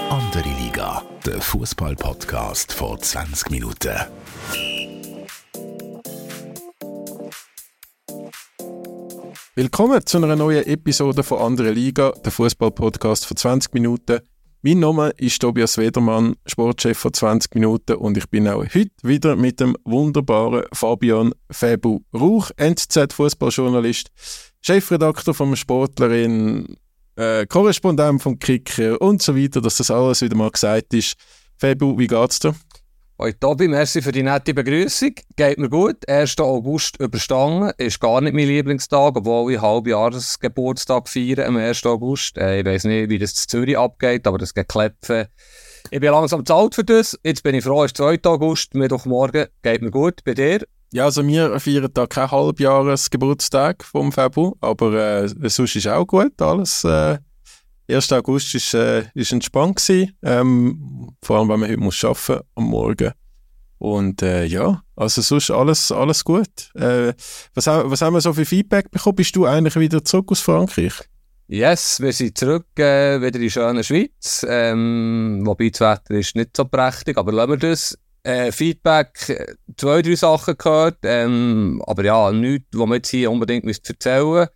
Andere Liga, der Fußball-Podcast vor 20 Minuten. Willkommen zu einer neuen Episode von Andere Liga, der Fußball-Podcast vor 20 Minuten. Mein Name ist Tobias Wedermann, Sportchef von 20 Minuten, und ich bin auch heute wieder mit dem wunderbaren Fabian Fabu Rauch, NZZ-Fußballjournalist, Chefredakteur vom Sportlerin, Korrespondent vom Kicker und so weiter, dass das alles wieder mal gesagt ist. Fabu, wie geht's dir? Hoi Tobi, merci für die nette Begrüßung. Geht mir gut. 1. August überstanden. Ist gar nicht mein Lieblingstag, obwohl ich Halbjahresgeburtstag feiere am 1. August. Ich weiss nicht, wie das in Zürich abgeht, aber das Gekläpfe. Ich bin langsam zu alt für das. Jetzt bin ich froh, es ist 2. August, Mittwochmorgen. Geht mir gut. Bei dir? Ja, also wir feiern da keinen Halbjahresgeburtstag vom Fabu, aber sonst ist auch gut alles. 1. August ist entspannt gewesen, vor allem, wenn man heute muss arbeiten am Morgen. Und ja, also sonst alles gut. Was haben wir so für Feedback bekommen? Bist du eigentlich wieder zurück aus Frankreich? Yes, wir sind zurück wieder in die schöne Schweiz. Wobei das Wetter ist nicht so prächtig, aber lassen wir das. Feedback, 2-3 Sachen gehört, aber ja, nichts, was wir jetzt hier unbedingt erzählen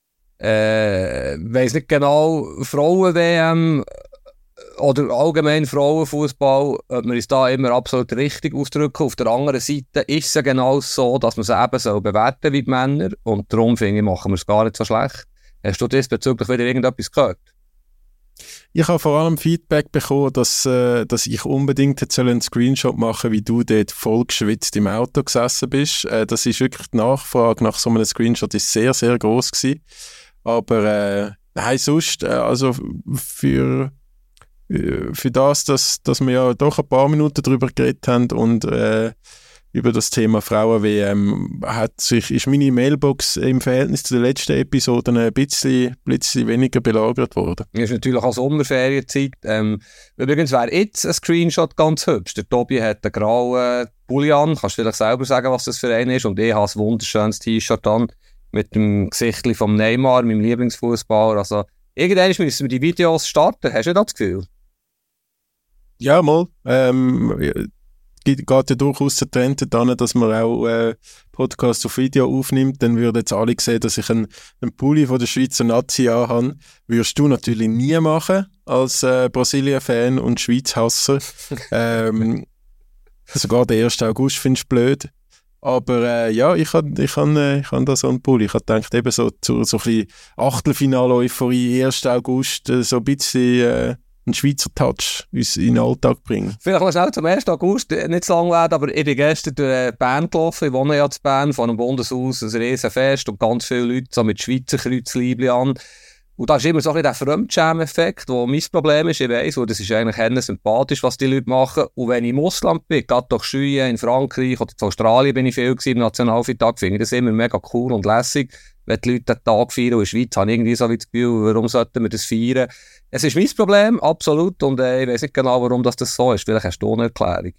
müssen. Weiss nicht genau, Frauen-WM oder allgemein Frauenfußball, ob wir uns da immer absolut richtig ausdrücken. Auf der anderen Seite ist es ja genau so, dass man sie eben so bewerten wie die Männer, und darum finde ich, machen wir es gar nicht so schlecht. Hast du diesbezüglich wieder irgendetwas gehört? Ich habe vor allem Feedback bekommen, dass ich unbedingt jetzt einen Screenshot machen soll, wie du dort voll geschwitzt im Auto gesessen bist. Das ist wirklich die Nachfrage nach so einem Screenshot ist sehr, sehr gross gewesen. Aber nein, sonst, also für das, dass wir ja doch ein paar Minuten darüber geredet haben und über das Thema Frauen-WM ist meine Mailbox im Verhältnis zu den letzten Episoden ein bisschen weniger belagert worden. Es ist natürlich auch Sommerferienzeit. Übrigens wäre jetzt ein Screenshot ganz hübsch. Der Tobi hat einen grauen Pulli an. Kannst du vielleicht selber sagen, was das für einen ist? Und ich habe ein wunderschönes T-Shirt an mit dem Gesichtchen vom Neymar, meinem Lieblingsfußballer. Also, irgendwann müssen wir die Videos starten. Hast du das Gefühl? Ja, mal. Geht ja durchaus der Trend daran, dass man auch Podcasts auf Video aufnimmt. Dann würden jetzt alle sehen, dass ich einen Pulli von der Schweizer Nazi anhabe. Würdest du natürlich nie machen, als Brasilien-Fan und Schweiz-Hasser. Sogar den 1. August findest du blöd. Aber ja, ich habe da so einen Pulli. Ich habe gedacht, eben so ein bisschen Achtelfinale-Euphorie, 1. August, so ein bisschen einen Schweizer Touch uns in den Alltag bringen. Vielleicht mal schnell zum 1. August, nicht zu lang werden, aber ich bin gestern durch Bern gelaufen. Ich wohne ja in Bern, von einem Bundeshaus, ein Riesenfest und ganz viele Leute so mit Schweizer Kreuzleibchen an. Und da ist immer so ein bisschen der Fremdschämen-Effekt, der mein Problem ist. Ich weiss, das ist eigentlich eher sympathisch, was die Leute machen. Und wenn ich im Ausland bin, gerade durch Skien in Frankreich oder in Australien bin ich viel gewesen, im Nationalfeiertag, finde ich das immer mega cool und lässig, wenn die Leute den Tag feiern. Und in der Schweiz habe ich irgendwie so das Gefühl, warum sollten wir das feiern? Es ist mein Problem, absolut, und ich weiss nicht genau, warum das so ist. Vielleicht hast du eine Erklärung.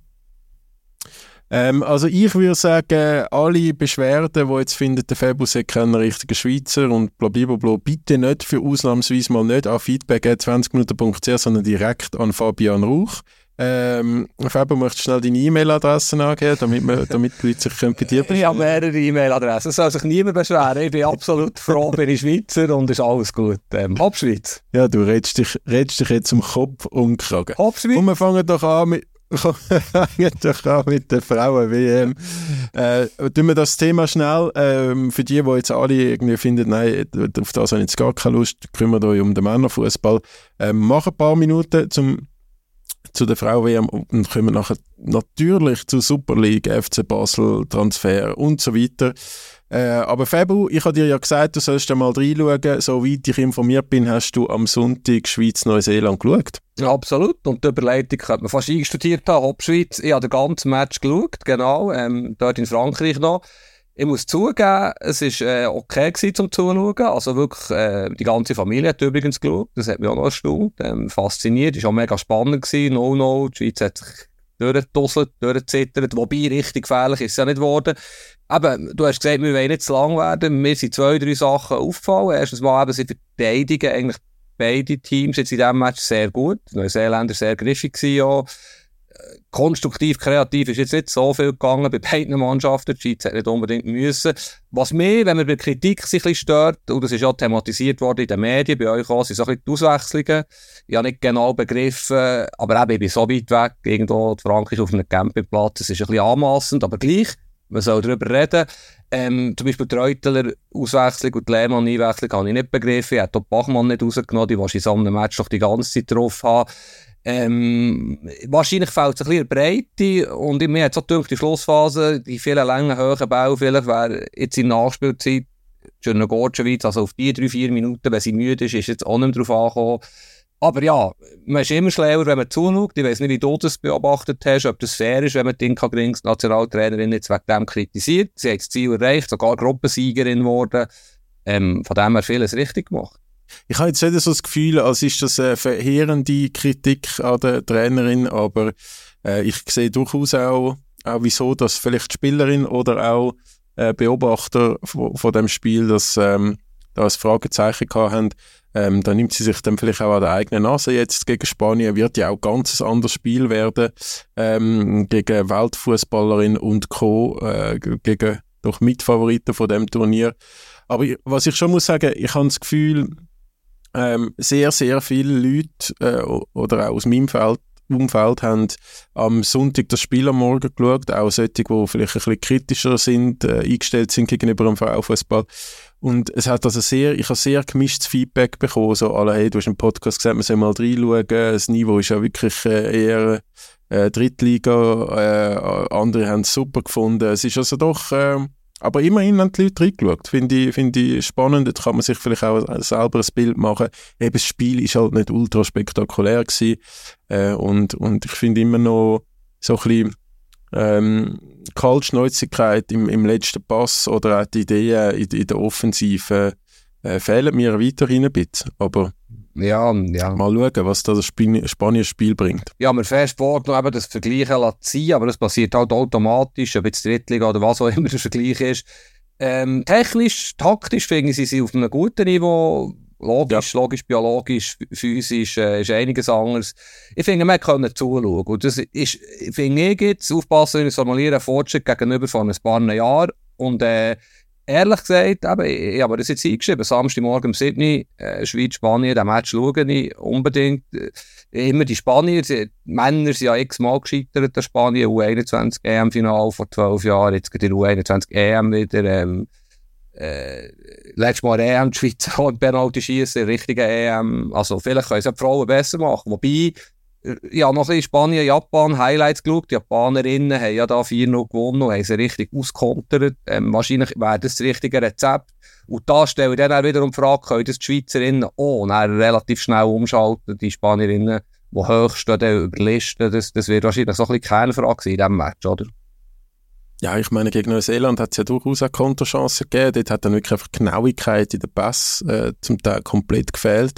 Also ich würde sagen, alle Beschwerden, die jetzt finden, der Fabus hat keinen richtigen Schweizer und blablabla, bitte nicht für ausnahmsweise mal nicht an feedback@20minuten.ch, sondern direkt an Fabian Rauch. Fabian, möchtest du schnell deine E-Mail-Adresse angeben, damit die Leute sich bei dir beschweren? Ich habe mehrere E-Mail-Adressen, es soll sich niemand beschweren. Ich bin absolut froh, bin ich Schweizer und ist alles gut. Hauptschweiz. Ja, du redest dich jetzt um Kopf und Kragen. Hauptschweiz. Und wir fangen doch an mit der Frauen-WM. Tun wir das Thema schnell, für die jetzt alle irgendwie finden, nein, auf das habe ich jetzt gar keine Lust, kümmert euch um den Männerfußball. Machen ein paar Minuten zu der Frauen-WM und kommen nachher natürlich zur Super League, FC Basel, Transfer und so weiter. Aber Fabu, ich habe dir ja gesagt, du sollst da mal reinschauen. Soweit ich informiert bin, hast du am Sonntag Schweiz-Neuseeland geschaut. Ja, absolut. Und die Überleitung könnte man fast einstudiert haben. Hauptschweiz, ich habe den ganzen Match geschaut, genau, dort in Frankreich noch. Ich muss zugeben, es war okay gewesen, zum Zuschauen. Also wirklich, die ganze Familie hat übrigens geschaut. Das hat mich auch noch erstaunt. Fasziniert. Es war auch mega spannend gewesen. No. Die Schweiz hat sich durchgedusselt, durchgezittert. Wobei, richtig gefährlich ist es ja nicht geworden. Aber du hast gesagt, wir wollen nicht zu lang werden. Mir sind 2-3 Sachen aufgefallen. Erstens mal eben, sie verteidigen eigentlich beide Teams jetzt in diesem Match sehr gut. Die Neuseeländer sehr griffig gewesen, ja. Konstruktiv, kreativ ist jetzt nicht so viel gegangen bei beiden Mannschaften. Die Schweiz hat nicht unbedingt müssen. Was mich, wenn man bei Kritik sich ein bisschen stört, und das ist ja thematisiert worden in den Medien, bei euch auch, sind so ein bisschen die Auswechslungen. Ich habe nicht genau begriffen, aber eben, ich bin so weit weg, irgendwo Frankreich auf einem Campingplatz, das ist ein bisschen anmassend, aber gleich, man soll darüber reden. Zum Beispiel die Reuteler Auswechslung und die Lehmann-Einwechslung habe ich nicht begriffen. Ich habe auch Bachmann nicht rausgenommen, die willst du in so einem Match doch die ganze Zeit drauf haben. Wahrscheinlich fällt es ein bisschen in Breite und mir hat es auch gedacht, die Schlussphase, die vielen langen, hohen Bälle, vielleicht wäre jetzt in der Nachspielzeit Czernogorczewitz, also auf die 3-4 Minuten, wenn sie müde ist jetzt auch nicht mehr drauf angekommen. Aber ja, man ist immer schlauer, wenn man zuschaut. Ich weiss nicht, wie du das beobachtet hast, ob das fair ist, wenn man Tinka Grings, Nationaltrainerin, jetzt wegen dem kritisiert. Sie hat das Ziel erreicht, sogar Gruppensiegerin geworden. Von dem her vieles richtig gemacht. Ich habe jetzt nicht so das Gefühl, als ist das eine verheerende Kritik an der Trainerin, aber ich sehe durchaus auch wieso, dass vielleicht die Spielerin oder auch Beobachter von dem Spiel, dass da ein Fragezeichen hatten. Da nimmt sie sich dann vielleicht auch an der eigenen Nase jetzt gegen Spanien. Wird ja auch ganz ein anderes Spiel werden gegen Weltfußballerin und Co., gegen doch Mitfavoriten von dem Turnier. Aber was ich schon muss sagen, ich habe das Gefühl, sehr, sehr viele Leute oder auch aus meinem Umfeld haben am Sonntag das Spiel am Morgen geschaut, auch solche, die vielleicht ein bisschen kritischer sind, eingestellt sind gegenüber dem Frauenfußball. Und es hat also ich habe sehr gemischtes Feedback bekommen, so alle, hey, du hast im Podcast gesagt, man soll mal reinschauen, das Niveau ist ja wirklich eher Drittliga, andere haben es super gefunden, es ist also doch, aber immerhin haben die Leute reingeschaut, finde ich spannend, jetzt kann man sich vielleicht auch selber ein Bild machen, eben das Spiel ist halt nicht ultra spektakulär gewesen, und ich finde immer noch so ein bisschen Kaltschnäuzigkeit im letzten Pass oder auch die Ideen in der Offensive fehlen mir weiterhin ein bisschen. Aber ja. Mal schauen, was das Spanien-Spiel bringt. Ja, mir fest vorgenommen, das Vergleichen lassen, aber das passiert halt automatisch, ob jetzt Drittliga oder was auch immer der Vergleich ist. Technisch, taktisch finde ich, sie auf einem guten Niveau. Logisch, biologisch, physisch ist einiges anderes. Ich finde, man kann zuschauen. Und das ist, finde ich jetzt, aufpassen, wenn ich formuliere, ein Fortschritt gegenüber von ein paar Jahren. Und ehrlich gesagt, ich habe das jetzt eingeschrieben, Samstagmorgen um 7 Schweiz-Spanien, den Match schaue ich unbedingt. Immer die Spanier, die Männer sind ja x-mal gescheitert, der Spanien, U21 EM-Final vor 12 Jahren, jetzt geht die U21 EM wieder, letztes Mal EM, die Schweiz auch im Penalty schießen, richtige EM. Also vielleicht können es die Frauen besser machen. Wobei, ja, noch in Spanien, Japan Highlights geschaut. Die Japanerinnen haben ja da 4-0 gewonnen und haben sie richtig auskontert. Wahrscheinlich wäre das richtige Rezept. Und da stelle ich dann auch wiederum die Frage, können das die Schweizerinnen auch relativ schnell umschalten, die Spanierinnen, die hoch stehen, überlisten. Das wird wahrscheinlich so ein bisschen keine Frage sein in diesem Match, oder? Ja, ich meine, gegen Neuseeland hat es ja durchaus auch Konterchancen gegeben. Dort hat dann wirklich einfach Genauigkeit in den Pass zum Teil komplett gefehlt.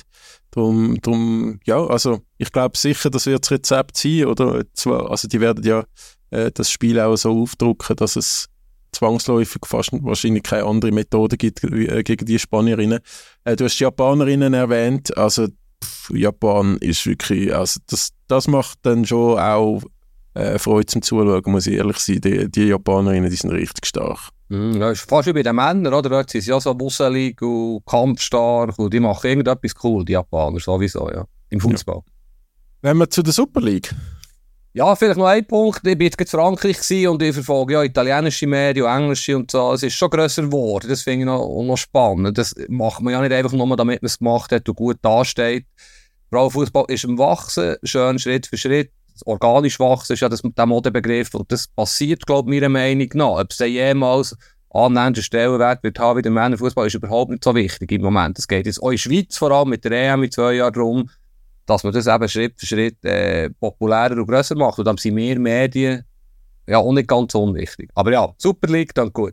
Drum, ja, also ich glaube sicher, das wird das Rezept sein, oder? Also die werden ja das Spiel auch so aufdrücken, dass es zwangsläufig fast wahrscheinlich keine andere Methode gibt gegen die Spanierinnen. Du hast die Japanerinnen erwähnt, also Japan ist wirklich, also das macht dann schon auch Freude zum Zuschauen, muss ich ehrlich sein. Die Japanerinnen, die sind richtig stark. Das ist fast wie bei den Männern, oder? Dort sind sie ja so wusselig und kampfstark und die machen irgendetwas cool, die Japaner, sowieso, ja. Im Fußball. Ja. Wenn wir zu der Super League. Ja, vielleicht noch ein Punkt. Ich war jetzt in Frankreich und ich verfolge ja italienische Medien, englische und so. Es ist schon grösser geworden. Das finde ich noch spannend. Das macht man ja nicht einfach nur, damit man es gemacht hat und gut dasteht. Frauenfußball ist am Wachsen, schön Schritt für Schritt. Organisch wachsen ist ja der Modebegriff und das passiert, glaube ich, meiner Meinung nach. Ob es dann jemals annähernd Stellenwert wird haben wie der Männerfußball, ist überhaupt nicht so wichtig im Moment. Es geht jetzt auch in der Schweiz vor allem mit der EM in 2 Jahren darum, dass man das eben Schritt für Schritt populärer und grösser macht. Und dann sind mehr Medien ja auch nicht ganz unwichtig. Aber ja, Super League, dann gut.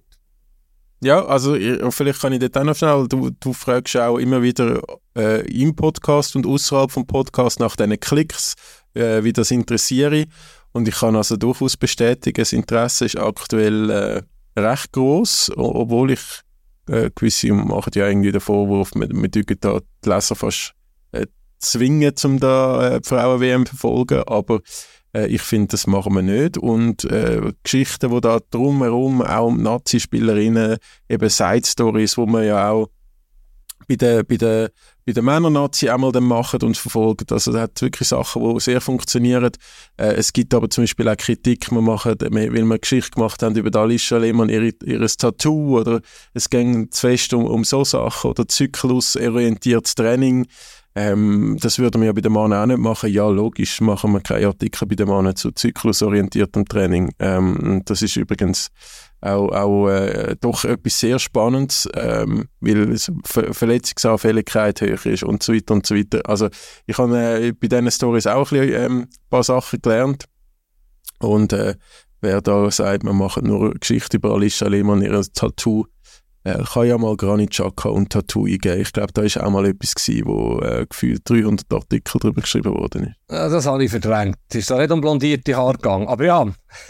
Ja, also vielleicht kann ich dort auch noch schnell, du fragst auch immer wieder im Podcast und außerhalb vom Podcast nach diesen Klicks, wie das interessiere. Und ich kann also durchaus bestätigen, das Interesse ist aktuell recht gross, obwohl ich gewisse machen ja irgendwie den Vorwurf, wir dürfen da die Leser fast zwingen, um da die Frauen-WM zu verfolgen, aber ich finde, das machen wir nicht. Und Geschichten, die da drumherum, auch Nazi-Spielerinnen, eben Side-Stories, wo man ja auch bei der Männer-Nazi einmal dann machen und verfolgen. Also da hat wirklich Sachen, die sehr funktionieren. Es gibt aber zum Beispiel auch Kritik, weil wir Geschichte gemacht haben über Alicia Lehmann, ihr Tattoo, oder es ging zu fest um so Sachen, oder zyklusorientiertes Training. Das würden wir ja bei den Männern auch nicht machen. Ja, logisch machen wir keine Artikel bei den Männern zu zyklusorientiertem Training. Das ist übrigens auch doch etwas sehr Spannendes, weil Verletzungsanfälligkeit höher ist und so weiter und so weiter. Also ich habe bei diesen Storys auch ein paar Sachen gelernt. Und wer da sagt, man macht nur eine Geschichte über Alicia Lehmann, ihr Tattoo, kann ja mal Granit Xhaka und Tattoo eingeben. Ich glaube, da war auch mal etwas gewesen, wo gefühlt 300 Artikel darüber geschrieben worden ist. Ja, das habe ich verdrängt. Es ist da nicht um blondierte Haare gegangen. Aber ja,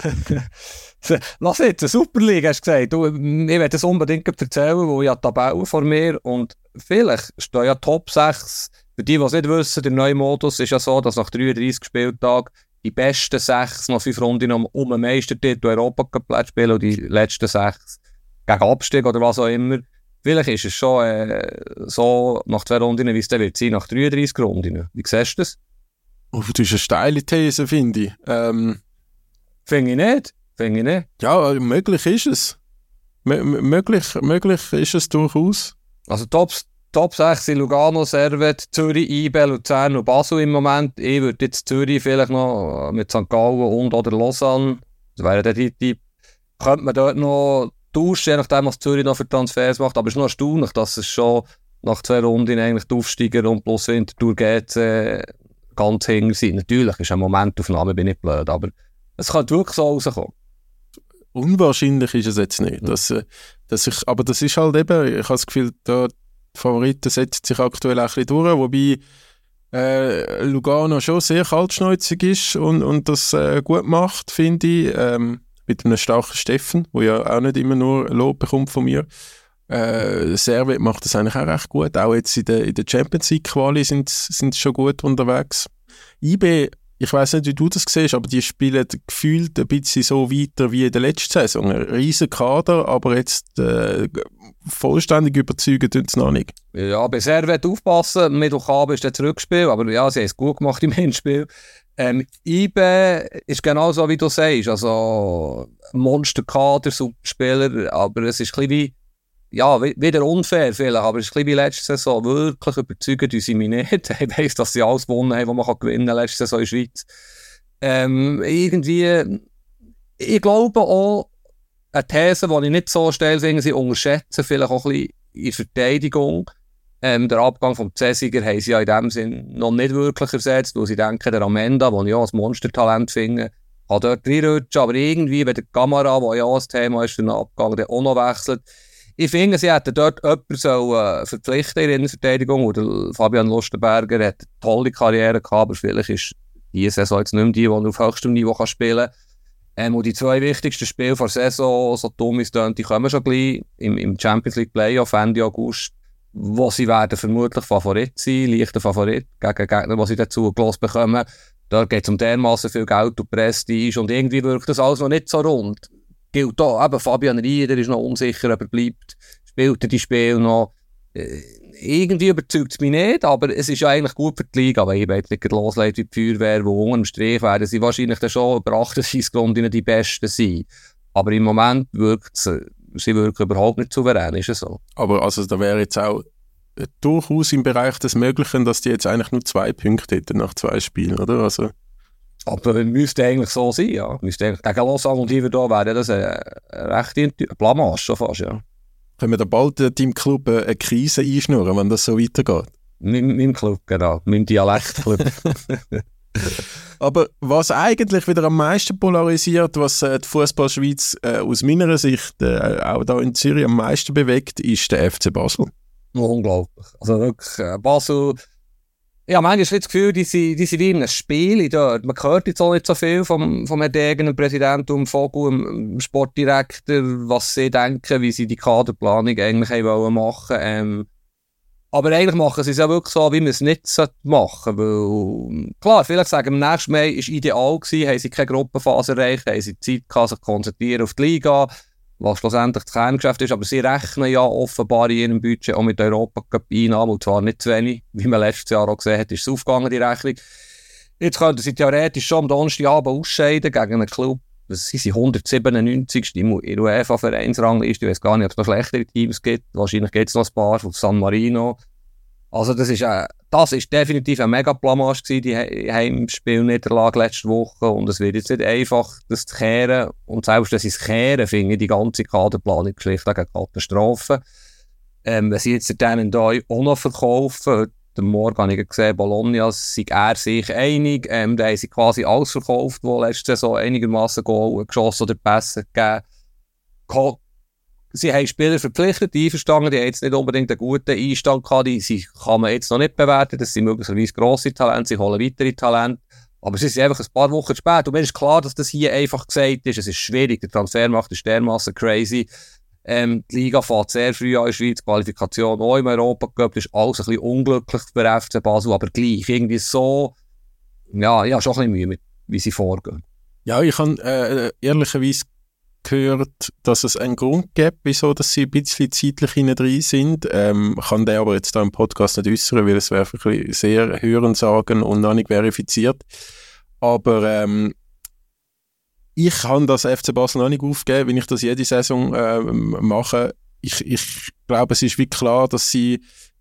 lass jetzt, eine Superliga hast du gesagt. Du, ich werde das unbedingt erzählen, wo ich habe die Tabelle vor mir und vielleicht stehen ja Top 6. Für die es nicht wissen, der neue Modus ist ja so, dass nach 33 Spieltagen die besten 6 noch 5 Runden um den Meistertitel Europacup spielen und die letzten 6 gegen Abstieg oder was auch immer. Vielleicht ist es schon so nach 2 Runden, wie es dann wird sein, nach 33 Runden. Wie siehst du das? Oh, das ist eine steile These, finde ich. Finde ich nicht. Ja, möglich ist es. Möglich ist es durchaus. Also Top 6 sind Lugano, Servette, Zürich, IB, Luzern und Basel im Moment. Ich würde jetzt Zürich vielleicht noch mit St. Gallen und oder Lausanne, das wäre der Tipp, könnte man dort noch tauschen, je nachdem, was Zürich noch für Transfers macht. Aber es ist noch erstaunlich, dass es schon nach 2 Runden eigentlich die Aufsteiger und plus Winterthur geht ganz hinten sind. Natürlich ist eine Momentaufnahme, bin ich blöd, aber es könnte wirklich so rauskommen. Unwahrscheinlich ist es jetzt nicht. Aber das ist halt eben, ich habe das Gefühl, da die Favoriten setzen sich aktuell auch ein bisschen durch, wobei Lugano schon sehr kaltschnäuzig ist und das gut macht, finde ich. Mit einem starken Steffen, der ja auch nicht immer nur Lob bekommt von mir. Servet macht das eigentlich auch recht gut. Auch jetzt in der Champions League Quali sind sie schon gut unterwegs. IB, ich weiss nicht, wie du das siehst, aber die spielen gefühlt ein bisschen so weiter wie in der letzten Saison. Ein riesen Kader, aber jetzt vollständig überzeugen tun sie noch nicht. Ja, bei Servet aufpassen. Mittwochabend ist das Rückspiel, aber ja, sie haben es gut gemacht im Hinspiel. IB ist genau so, wie du sagst. Also Monsterkader, Superspieler, aber es ist ein bisschen wie, ja, wieder unfair vielleicht, aber es ist ein bisschen wie letzte Saison. Wirklich überzeugen die sie mich nicht. Ich weiss, dass sie alles gewonnen haben, was man gewinnen kann letzte Saison in der Schweiz. Irgendwie, ich glaube auch, eine These, die ich nicht so stelle, finde, sie unterschätzen vielleicht auch ein bisschen in der Verteidigung. Der Abgang vom C-Sieger haben sie ja in dem Sinn noch nicht wirklich ersetzt, weil sie denken, der Amenda, den ich auch als Monstertalent finde, kann dort reinrutschen, aber irgendwie, wenn der Kamera, der ja auch das Thema ist, den Abgang, der auch noch wechselt. Ich finde, sie hätten dort jemanden verpflichten in der Innenverteidigung, oder Fabian Lustenberger hat eine tolle Karriere gehabt, aber vielleicht ist diese Saison jetzt nicht mehr die auf höchstem Niveau spielen kann. Und die 2 wichtigsten Spiele der Saison, so dumm ist es, die kommen schon gleich im Champions League Playoff Ende August, wo sie werden vermutlich Favorit sein, leichter Favorit, gegen Gegner, die sie dazu gelassen bekommen. Da geht es um dermassen viel Geld und Prestige und irgendwie wirkt das alles noch nicht so rund. Gilt da eben Fabian Rieder ist noch unsicher, ob er bleibt, spielt er die Spiele noch. Irgendwie überzeugt es mich nicht, aber es ist ja eigentlich gut für die Liga, weil ich jetzt nicht loslegt wie die Feuerwehr, wo unter dem Strich werden sie wahrscheinlich dann schon über 38 Runden die Besten sein. Aber im Moment wirkt sie wirken überhaupt nicht souverän, ist es so. Aber also da wäre jetzt auch durchaus im Bereich des Möglichen, dass die jetzt eigentlich nur 2 Punkte hätten nach 2 Spielen, oder? Also aber müsste eigentlich so sein, ja. Müsste eigentlich gegen Lausanne und Yverdon wäre das eine rechte Blamage schon fast, ja. Können wir da bald deinem Club eine Krise einschnurren, wenn das so weitergeht? Mein Club, genau. Mein Dialektclub. Aber was eigentlich wieder am meisten polarisiert, was die Fußballschweiz aus meiner Sicht auch da in Zürich am meisten bewegt, ist der FC Basel. Unglaublich. Also wirklich, Basel, ja, manchmal habe ich das Gefühl, die sind wie in einem Spiel dort. Man hört jetzt auch nicht so viel vom Herrn Degen, dem Präsidenten, Vogel, dem Sportdirektor, was sie denken, wie sie die Kaderplanung eigentlich machen wollen. Aber eigentlich machen sie es ja wirklich so, wie man es nicht machen sollte. Weil, klar, vielleicht sagen, am nächsten Mai war ideal gewesen, haben sie keine Gruppenphase erreicht, haben sie Zeit gehabt, sich konzentrieren auf die Liga, was schlussendlich das Kerngeschäft ist. Aber sie rechnen ja offenbar in ihrem Budget auch mit Europa-Cup-Einnahmen, und zwar nicht zu wenig. Wie man letztes Jahr auch gesehen hat, ist es aufgegangen, die Rechnung. Jetzt könnten sie theoretisch schon am Donnerstagabend ausscheiden gegen einen Club. Sie sind 197. in der UEFA-Vereinsrangliste. Ich weiß gar nicht, ob es noch schlechtere Teams gibt. Wahrscheinlich gibt es noch ein paar, auf San Marino. Also das ist definitiv ein Mega-Blamage gewesen, die Heimspielniederlage letzte Woche. Und es wird jetzt nicht einfach, das zu kehren. Und selbst wenn sie es kehren, finde ich die ganze Kaderplanung schlichtweg eine Katastrophe. Wenn sie jetzt den da auch noch verkaufen, heute Morgen habe ich gesehen, Bologna sei er sich einig. Da haben sie quasi alles verkauft, wo letzte Saison einigermaßen Goal geschossen oder Pässe gegeben. Sie haben Spieler verpflichtet, einverstanden, die haben jetzt nicht unbedingt einen guten Einstand gehabt, sie kann man jetzt noch nicht bewerten, das sind möglicherweise grosse Talente, sie holen weitere Talente, aber sie sind einfach ein paar Wochen spät und mir ist klar, dass das hier einfach gesagt ist, es ist schwierig, der Transfermarkt ist dermassen crazy, die Liga fährt sehr früh an in der Schweiz, die Qualifikation auch im Europa-Cup, das ist alles ein bisschen unglücklich für FC Basel, aber gleich, irgendwie so, ja, ich habe schon ein bisschen Mühe mit, wie sie vorgehen. Ja, ich habe ehrlicherweise gehört, dass es einen Grund gibt, wieso dass sie ein bisschen zeitlich hinten drin sind. Kann der aber jetzt da im Podcast nicht äußern, weil es wäre wirklich sehr Hörensagen und noch nicht verifiziert. Aber ich habe das FC Basel noch nicht aufgegeben, wenn ich das jede Saison mache. Ich glaube, es ist wie klar, dass sie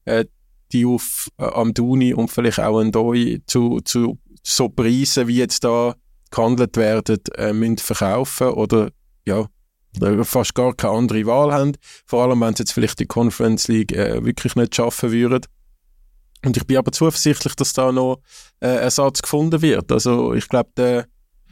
die auf Amdouni und vielleicht auch Ndoi zu so Preisen, wie jetzt da gehandelt werden, müssen verkaufen oder ja, fast gar keine andere Wahl haben. Vor allem, wenn sie jetzt vielleicht die Conference League wirklich nicht schaffen würden. Und ich bin aber zuversichtlich, dass da noch Ersatz gefunden wird. Also ich glaube, der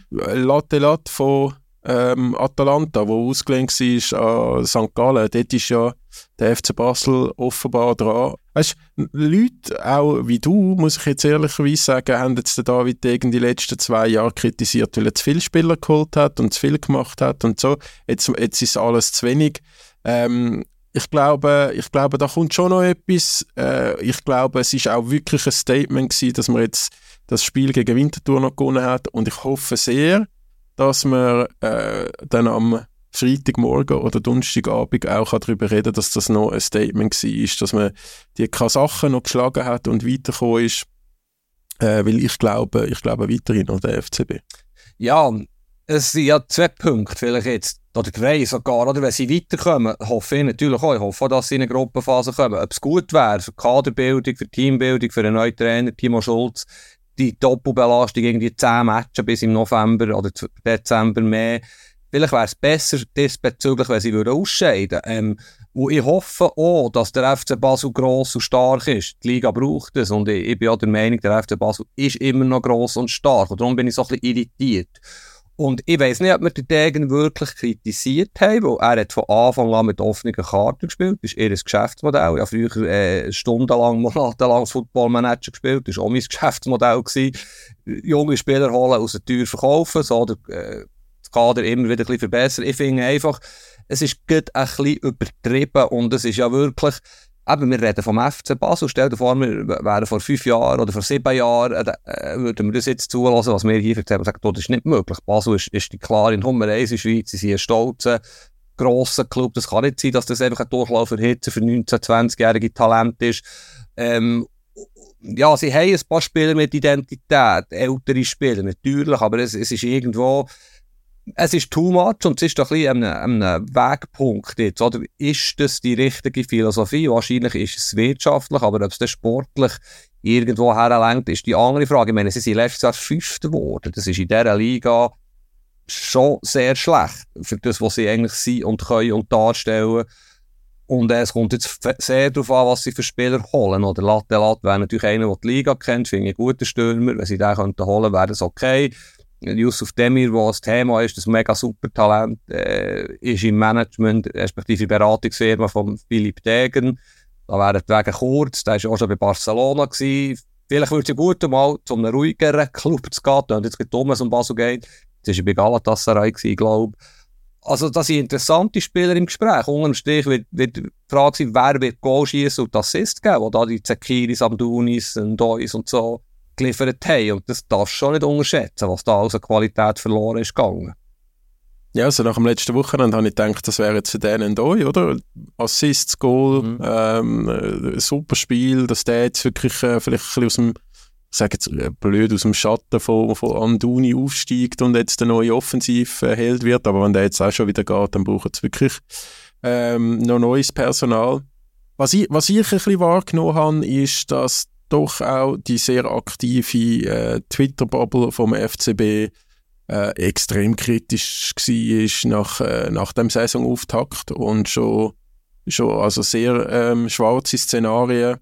Latte von Atalanta, der ausgelehnt war an St. Gallen, dort ist ja der FC Basel offenbar dran. Weißt du, Leute, auch wie du, muss ich jetzt ehrlicherweise sagen, haben jetzt den David Degen die letzten 2 Jahre kritisiert, weil er zu viele Spieler geholt hat und zu viel gemacht hat und so. Jetzt ist alles zu wenig. Ich glaube, da kommt schon noch etwas. Ich glaube, es ist auch wirklich ein Statement gewesen, dass man jetzt das Spiel gegen Winterthur noch gewonnen hat. Und ich hoffe sehr, dass man dann am Freitagmorgen oder Donnerstagabend auch darüber reden kann, dass das noch ein Statement war, dass man die Kasachen noch geschlagen hat und weitergekommen ist. Weil ich glaube weiterhin an den FCB. Ja, es sind ja 2 Punkte, vielleicht jetzt, oder 3 sogar, oder wenn sie weiterkommen, hoffe ich natürlich auch, ich hoffe auch, dass sie in eine Gruppenphase kommen. Ob es gut wäre für Kaderbildung, für Teambildung, für einen neuen Trainer, Timo Schulz, die Doppelbelastung, irgendwie 10 Matches bis im November oder Dezember mehr. Vielleicht wäre es besser diesbezüglich, wenn sie ausscheiden würden. Und ich hoffe auch, dass der FC Basel gross und stark ist. Die Liga braucht es und ich bin auch der Meinung, der FC Basel ist immer noch gross und stark. Und darum bin ich so ein bisschen irritiert. Und ich weiss nicht, ob wir den Degen wirklich kritisiert haben, weil er hat von Anfang an mit offenen Karten gespielt. Das ist ihr Geschäftsmodell. Ich habe früher stundenlang, monatelang Footballmanager gespielt. Das war auch mein Geschäftsmodell gewesen. Junge Spieler holen, aus der Tür verkaufen, so das Kader immer wieder ein bisschen verbessern. Ich finde einfach, es ist gut ein bisschen übertrieben und es ist ja wirklich, eben, wir reden vom FC Basel. Stell dir vor, wir wären vor 5 Jahren oder vor 7 Jahren, würden wir das jetzt zulassen, was wir hier erzählen und sagen, das ist nicht möglich. Basel ist die klare Nummer 1 in der Schweiz, sie sind ein stolzer, grosser Club. Das kann nicht sein, dass das einfach ein Durchlauferhitzer für 19-, 20-jährige Talent ist. Ja, sie haben ein paar Spieler mit Identität, ältere Spieler natürlich, aber es ist irgendwo, es ist too much und es ist doch ein bisschen an einem Wegpunkt jetzt, oder? Ist das die richtige Philosophie? Wahrscheinlich ist es wirtschaftlich, aber ob es dann sportlich irgendwo herlenkt, ist die andere Frage. Ich meine, sie sind letztes Jahr 5. geworden. Das ist in dieser Liga schon sehr schlecht für das, was sie eigentlich sind und können und darstellen. Und es kommt jetzt sehr darauf an, was sie für Spieler holen. Oder Latte wäre natürlich einer, der die Liga kennt, finde ich einen guten Stürmer. Wenn sie den holen könnten, wäre das okay. Yusuf Demir, der das Thema ist, das mega super Talent, ist im Management, respektive Beratungsfirma von Philipp Degen. Da wären die Wege kurz, der war auch schon bei Barcelona gewesen. Vielleicht würde es ja gut, mal zu einem ruhigeren Club zu gehen, und jetzt geht es um Basel geht. Jetzt war er bei Galatasaray, glaube ich. Also, das sind interessante Spieler im Gespräch. Unterm Strich wird die Frage sein, wer wird Goal schießen und Assist geben, wo da die Zekiris, Amdunis, Ndois und so geliefert haben. Und das darfst du schon nicht unterschätzen, was da also Qualität verloren ist gegangen. Ja, also nach dem letzten Wochenende habe ich gedacht, das wäre jetzt für den Ndois, oder? Assists, Goal, super Spiel, dass der jetzt wirklich vielleicht ein bisschen aus dem, ich sage jetzt blöd, aus dem Schatten von Amdouni aufsteigt und jetzt der neue Offensivheld wird. Aber wenn der jetzt auch schon wieder geht, dann braucht es wirklich noch neues Personal. Was ich ein bisschen wahrgenommen habe, ist, dass doch auch die sehr aktive Twitter-Bubble vom FCB extrem kritisch war nach dem Saisonauftakt und schon also sehr schwarze Szenarien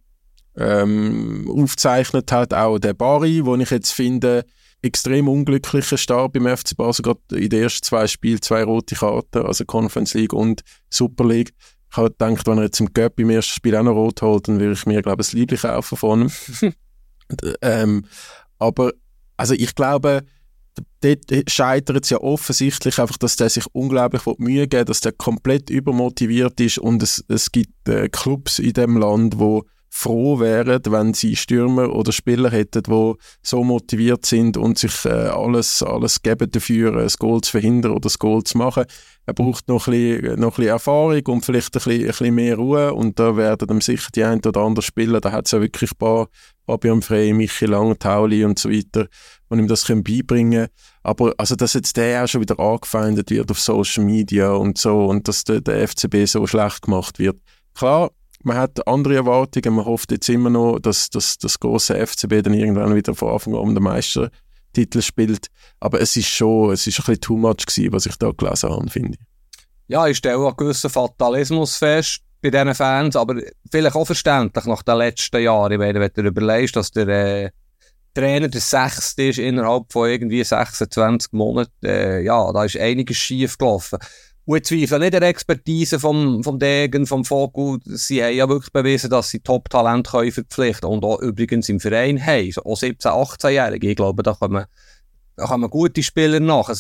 aufzeichnet hat. Auch der Barry, wo ich jetzt finde, extrem unglücklicher Start beim FC Basel, gerade in den ersten 2 Spielen 2 rote Karten, also Conference League und Super League. Ich habe gedacht, wenn er jetzt im Cup im ersten Spiel auch noch rot holt, dann würde ich mir, glaube ich, ein Liebling kaufen von ihm. Aber also ich glaube, dort scheitert es ja offensichtlich einfach, dass der sich unglaublich Mühe geben will, dass der komplett übermotiviert ist und es gibt Clubs in dem Land, die froh wären, wenn sie Stürmer oder Spieler hätten, die so motiviert sind und sich alles geben dafür, ein Goal zu verhindern oder das Goal zu machen. Er braucht noch ein bisschen Erfahrung und vielleicht ein bisschen mehr Ruhe und da werden ihm sicher die ein oder andere Spieler, da hat es ja wirklich ein paar Fabian Frey, Michi Lang, Tauli und so weiter, die ihm das beibringen können. Aber also, dass jetzt der auch schon wieder angefeindet wird auf Social Media und so und dass der FCB so schlecht gemacht wird. Klar, man hat andere Erwartungen, man hofft jetzt immer noch, dass das grosse FCB dann irgendwann wieder von Anfang an um den Meistertitel spielt. Aber es ist ein bisschen too much gewesen, was ich da gelesen habe, finde ich. Ja, ich stelle auch einen gewissen Fatalismus fest bei diesen Fans, aber vielleicht auch verständlich nach den letzten Jahren. Ich meine, wenn du überlegst, dass der Trainer der 6. ist innerhalb von irgendwie 26 Monaten, ja, da ist einiges schief gelaufen. Und ich zweifle nicht der Expertise vom Degen, vom Vogel. Sie haben ja wirklich bewiesen, dass sie Top-Talent verpflichten können. Und auch übrigens im Verein haben. Auch 17-, 18-Jährige. Ich glaube, da kommen gute Spieler nach.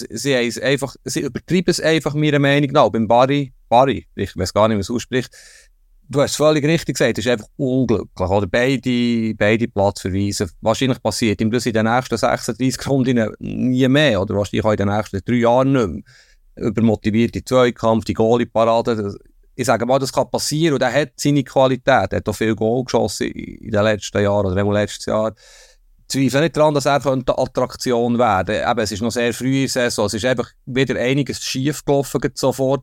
Sie übertreiben es einfach, meiner Meinung nach. Beim Barry, ich weiß gar nicht, wie man es ausspricht. Du hast es völlig richtig gesagt, es ist einfach unglücklich. Oder beide Platzverweise. Wahrscheinlich passiert ihm das in den nächsten 36 Runden nie mehr. Oder wahrscheinlich auch in den nächsten 3 Jahren nicht mehr. Übermotivierte Zweikampf, die Goalie-Parade. Ich sage mal, das kann passieren und er hat seine Qualität. Er hat auch viel Goal geschossen in den letzten Jahren oder im letzten Jahr. Ich zweifle nicht daran, dass er eine Attraktion werden könnte. Eben, es ist noch sehr früh in der Saison. Es ist einfach wieder einiges schief gelaufen sofort.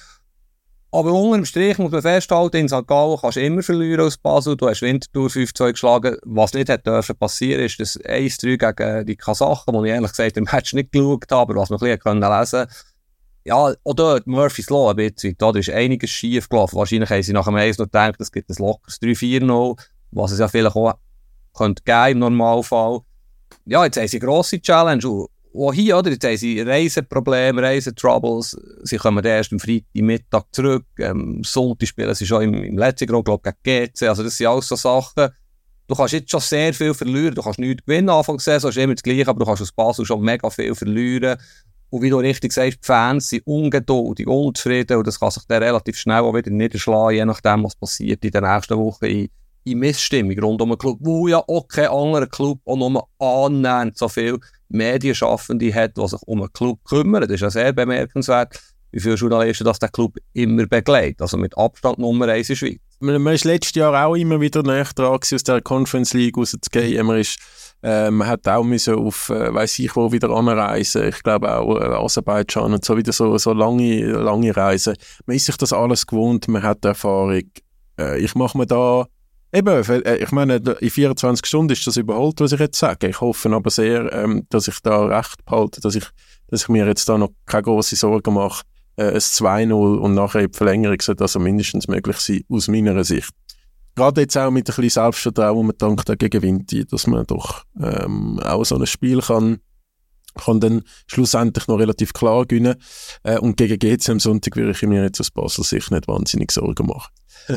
Aber unter dem Strich muss man festhalten, in St. Gallen kannst du immer verlieren als Basel. Du hast Winterthur 5-2 geschlagen. Was nicht hätte dürfen passieren, ist das 1-3 gegen die Kasachen, wo ich ehrlich gesagt im Match nicht geschaut habe, aber was man ein bisschen lesen konnte. Ja, auch dort, Murphy's Law ein bisschen, da ist einiges schief gelaufen. Wahrscheinlich haben sie nach dem 1 noch gedacht, es gibt ein lockeres 3-4-0, was es ja vielleicht auch könnte geben im Normalfall. Ja, jetzt haben sie eine grosse Challenge. Und auch hier, oder? Jetzt haben sie Reiseprobleme, Reisetroubles. Sie kommen erst am Freitagmittag zurück. Sonntag spielen sie schon im letzten Grund, glaube ich, gegen GC. Also das sind alles so Sachen. Du kannst jetzt schon sehr viel verlieren. Du kannst nichts gewinnen. Anfang der Saison ist immer das Gleiche, aber du kannst aus Basel schon mega viel verlieren. Und wie du richtig sagst, die Fans sind ungeduldig, unzufrieden und das kann sich dann relativ schnell auch wieder niederschlagen, je nachdem, was passiert in der nächsten Woche in Missstimmung rund um einen Club, wo ja auch kein anderer Club auch nur annähernd so viele Medienschaffende hat, die sich um einen Club kümmern. Das ist ja sehr bemerkenswert, wie viele Journalisten das der Club immer begleitet. Also mit Abstand Nummer 1 in der Schweiz. Man ist letztes Jahr auch immer wieder näher dran gewesen, aus der Conference League rauszugehen. Man hat auch müssen auf, weiss ich wo, wieder anreisen. Ich glaube auch Aserbaidschan und so wieder so lange Reisen. Man ist sich das alles gewohnt, man hat Erfahrung. Ich mache mir da, ich meine, in 24 Stunden ist das überholt, was ich jetzt sage. Ich hoffe aber sehr, dass ich da recht behalte, dass ich mir jetzt da noch keine grosse Sorgen mache. Ein 2-0 und nachher in die Verlängerung sollte also mindestens möglich sein, aus meiner Sicht. Gerade jetzt auch mit ein bisschen Selbstvertrauen, man dank der gegen Vinti, dass man doch auch so ein Spiel kann kann dann schlussendlich noch relativ klar gewinnen. Und gegen GC am Sonntag würde ich mir jetzt aus Basel sicher nicht wahnsinnig Sorgen machen.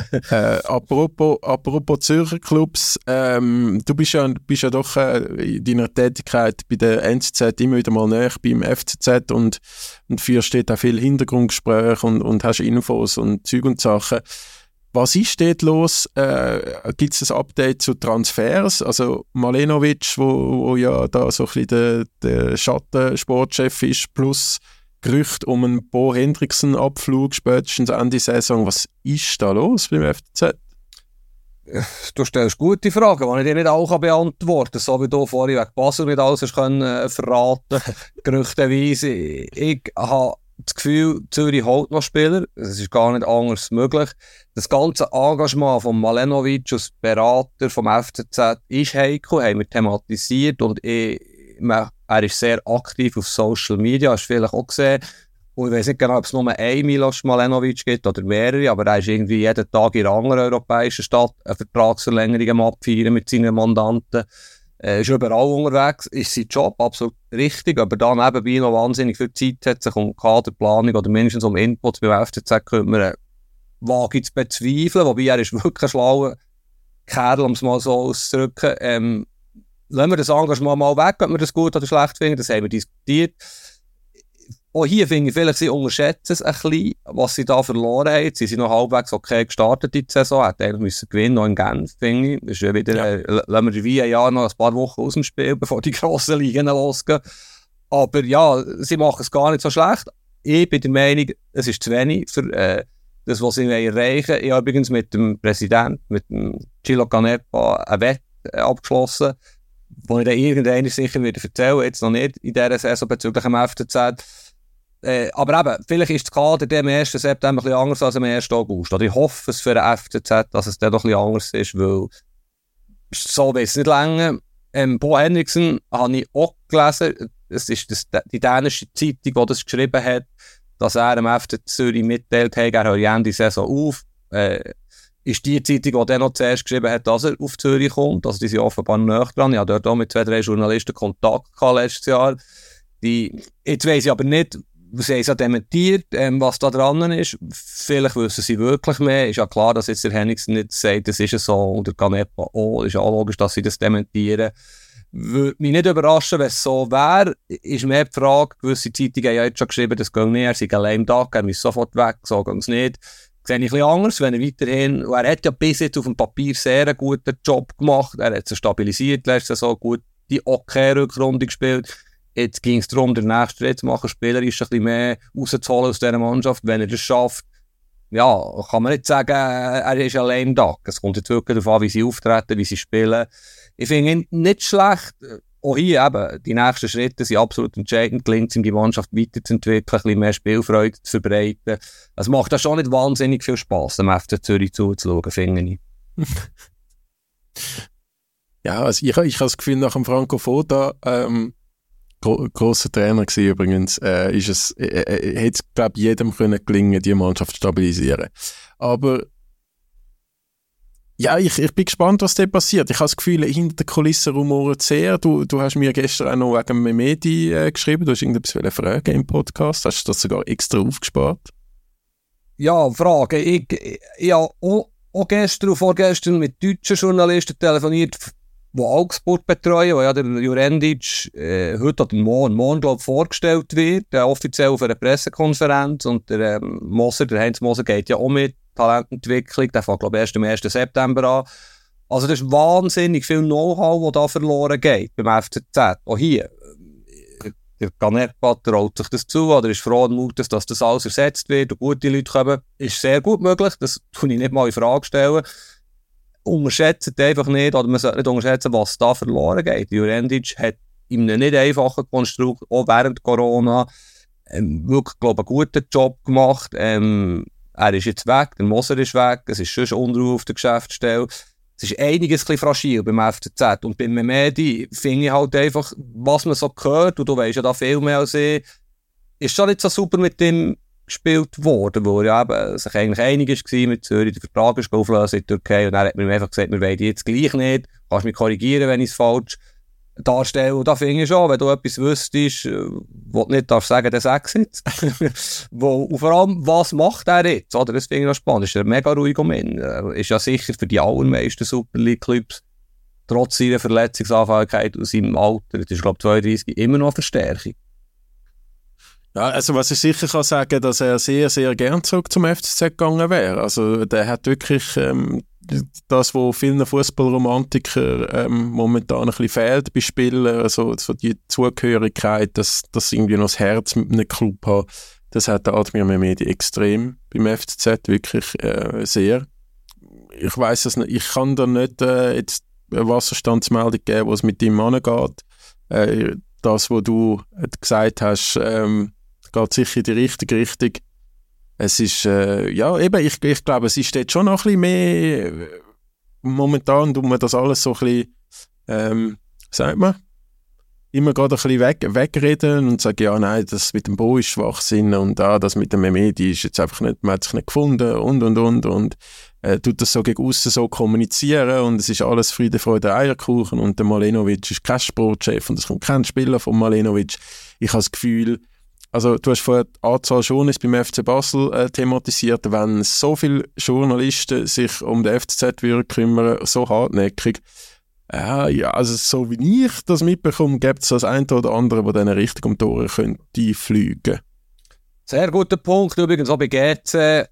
Apropos Zürcher Clubs, du bist ja doch in deiner Tätigkeit bei der NZZ immer wieder mal näher beim FCZ und führst dort auch viel Hintergrundgespräche und hast Infos und Zeug und Sachen. Was ist dort los? Gibt es ein Update zu Transfers? Also Malenovic, wo ja da so ein bisschen der Schattensportchef ist, plus Gerüchte um einen Bo Hendrickson-Abflug spätestens Ende Saison. Was ist da los beim FCZ? Du stellst gute Fragen, die ich dir nicht auch beantworten kann. So wie du vorhin wegen Basel nicht alles verraten gerüchteweise. Ich habe das Gefühl, Zürich holt noch Spieler. Es ist gar nicht anders möglich. Das ganze Engagement von Malenovic als Berater vom FCZ ist heikel, haben wir thematisiert. Und er ist sehr aktiv auf Social Media, hast du vielleicht auch gesehen. Und ich weiss nicht genau, ob es nur einen Milos Malenovic gibt oder mehrere, aber er ist irgendwie jeden Tag in einer anderen europäischen Stadt eine Vertragsverlängerung am Abfeiern mit seinen Mandanten. Ist überall unterwegs, ist sein Job absolut richtig, aber dann nebenbei noch wahnsinnig viel Zeit hat, sich um Kaderplanung oder mindestens um Inputs beim FCZ kümmern, wage ich zu bezweifeln, wobei er ist wirklich ein schlauer Kerl, um es mal so auszudrücken. Lassen wir das Engagement mal weg, ob wir das gut oder schlecht finden, das haben wir diskutiert. Auch hier finde ich, vielleicht sie unterschätzen es ein bisschen, was sie da verloren haben. Sie sind noch halbwegs okay gestartet in die Saison, hätten eigentlich müssen gewinnen, noch in Genf, finde ich. Das ist ja wieder, lassen wir wie ein Jahr noch ein paar Wochen aus dem Spiel, bevor die grossen Ligen losgehen. Aber ja, sie machen es gar nicht so schlecht. Ich bin der Meinung, es ist zu wenig für das, was sie erreichen wollen. Ich habe übrigens mit dem Präsidenten, mit dem Gilo Canepa, eine Wette abgeschlossen, wo ich dann irgendwann sicher wieder erzählen, jetzt noch nicht in dieser Saison bezüglich dem FCZ. Aber eben, vielleicht ist das Kader am 1. September ein bisschen anders als am 1. August. Oder ich hoffe es für den FCZ, dass es dann doch ein bisschen anders ist, weil so will es nicht länger. Bo Hendrickson habe ich auch gelesen, es ist die dänische Zeitung, die das geschrieben hat, dass er am FC Zürich mitteilt hat, er hört Ende Saison auf. Ist die Zeitung, die dann noch zuerst geschrieben hat, dass er auf Zürich kommt. Also die sind offenbar näher dran. Ich hatte dort auch mit 2-3 Journalisten Kontakt gehabt letztes Jahr. Jetzt weiss ich aber nicht, sie haben es ja dementiert, was da dran ist. Vielleicht wissen sie wirklich mehr. Ist ja klar, dass jetzt der Henningsen nicht sagt, das ist ja so, und der Canepa auch. Ist ja auch logisch, dass sie das dementieren. Würde mich nicht überraschen, wenn es so wäre. Ist mehr die Frage, gewisse Zeitungen haben ja jetzt schon geschrieben, das geht nicht, er sei allein da, er muss sofort weg, so geht es nicht. Sehe ich ein bisschen anders, wenn er weiterhin, und er hat ja bis jetzt auf dem Papier sehr einen guten Job gemacht, er hat sich stabilisiert, letzte Saison gut die OK-Rückrunde gespielt. Jetzt ging es darum, den nächsten Schritt zu machen, spielerisch ein bisschen mehr rauszuholen aus dieser Mannschaft. Wenn er das schafft, ja, kann man nicht sagen, er ist allein da. Es kommt jetzt wirklich darauf an, wie sie auftreten, wie sie spielen. Ich finde ihn nicht schlecht. Auch hier eben, die nächsten Schritte sind absolut entscheidend. Gelingt es ihm, die Mannschaft weiterzuentwickeln, ein bisschen mehr Spielfreude zu verbreiten. Es macht da schon nicht wahnsinnig viel Spass, dem FC Zürich zuzuschauen, finde ich. Ja, also ich habe das Gefühl, nach dem Franco Foda, grosser Trainer gewesen übrigens, hätte es, glaube ich, jedem können gelingen, die Mannschaft zu stabilisieren. Aber ja, ich bin gespannt, was da passiert. Ich habe das Gefühl, hinter der Kulisse rumoren sehr. Du hast mir gestern auch noch wegen Memedi geschrieben, du hast irgendetwas fragen im Podcast, hast du das sogar extra aufgespart? Ja, Frage. Ich habe auch gestern und vorgestern mit deutschen Journalisten telefoniert, die Augsburg betreuen, wo ja der Jurendic heute oder morgen glaube ich, vorgestellt wird, offiziell auf einer Pressekonferenz. Und der Heinz Moser geht ja auch mit Talententwicklung, der fängt glaube ich erst am 1. September an. Also das ist wahnsinnig viel Know-how, das da verloren geht beim FCZ. Auch hier, der Canepa traut sich das zu, oder ist froh und mutig, dass das alles ersetzt wird und gute Leute kommen. Ist sehr gut möglich, das tue ich nicht mal in Frage stellen. Unterschätzt einfach nicht, oder man sollte nicht unterschätzen, was da verloren geht. Jurendic hat in einem nicht einfachen Konstrukt, auch während Corona, wirklich, glaube ich, einen guten Job gemacht. Er ist jetzt weg, der Moser ist weg, es ist schon Unruhe auf der Geschäftsstelle. Es ist einiges ein bisschen fragil beim FCZ. Und beim Memedi finde ich halt einfach, was man so hört, und du weisst ja da viel mehr als ich, ist schon nicht so super mit dem gespielt worden, wo ja eben sich eigentlich einig war mit Zürich, der Vertrag ist auflösen in der Türkei, und dann hat man ihm einfach gesagt, wir wollen die jetzt gleich nicht, kannst mich korrigieren, wenn ich es falsch darstellen. Und da finde ich schon, wenn du etwas wüsstest, wo du nicht darfst sagen, der sag's jetzt. Und vor allem, was macht er jetzt? Oder? Das finde ich noch spannend. Ist er mega ruhig um ihn. Er ist ja sicher für die allermeisten Super League-Clubs, trotz seiner Verletzungsanfälligkeit und seinem Alter, das ist, glaube ich, 32, immer noch eine Verstärkung. Ja, also was ich sicher kann sagen, dass er sehr, sehr gern zurück zum FCZ gegangen wäre. Also der hat wirklich das, was vielen Fußballromantikern momentan ein bisschen fehlt bei Spielern, also so die Zugehörigkeit, dass irgendwie noch das Herz mit einem Club hat, das hat der Admir Mehmedi extrem beim FCZ, wirklich sehr. Ich weiss es nicht, ich kann da nicht jetzt eine Wasserstandsmeldung geben, was mit ihm angeht. Das, was du gesagt hast, geht sicher in die richtige Richtung. Es ist, ja, eben, ich glaube, es ist dort schon noch ein bisschen mehr, momentan tut man das alles so ein bisschen, sagt man, immer gerade ein bisschen wegreden und sagen, ja, nein, das mit dem Bo ist Schwachsinn und das mit dem Mehmedi ist jetzt einfach nicht, man hat sich nicht gefunden und tut das so gegen aussen so kommunizieren und es ist alles Friede, Freude, Eierkuchen und der Malenovic ist kein Sportchef und es kommt kein Spieler von Malenovic. Ich habe das Gefühl, also du hast vorher die Anzahl Journalisten beim FC Basel thematisiert, wenn so viele Journalisten sich um den FCZ würden kümmern, so hartnäckig, ja, also so wie ich das mitbekomme, gibt es das eine oder andere, das dann richtig um die Ohren könnte fliegen. Sehr guter Punkt, übrigens auch bei GC.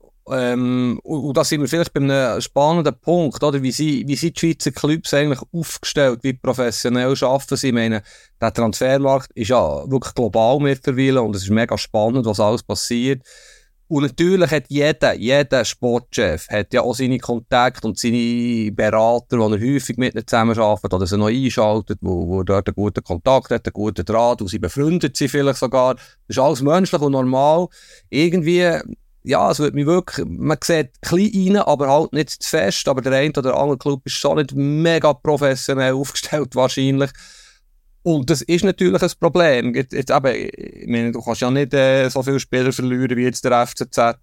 Und da sind wir vielleicht bei einem spannenden Punkt, oder? Wie sind die Schweizer Clubs eigentlich aufgestellt, wie professionell arbeiten sie? Ich meine, der Transfermarkt ist ja wirklich global mittlerweile und es ist mega spannend, was alles passiert. Und natürlich hat jeder Sportchef hat ja auch seine Kontakte und seine Berater, die er häufig mit ihnen zusammenarbeitet oder sie noch einschaltet, wo dort einen guten Kontakt hat, einen guten Draht, wo sie befreundet sind vielleicht sogar. Das ist alles menschlich und normal. Irgendwie, ja, es wird mich wirklich, man sieht klein rein, aber halt nicht zu fest. Aber der eine oder andere Club ist schon nicht mega professionell aufgestellt wahrscheinlich. Und das ist natürlich ein Problem. Jetzt eben, ich meine, du kannst ja nicht so viele Spieler verlieren wie jetzt der FCZ.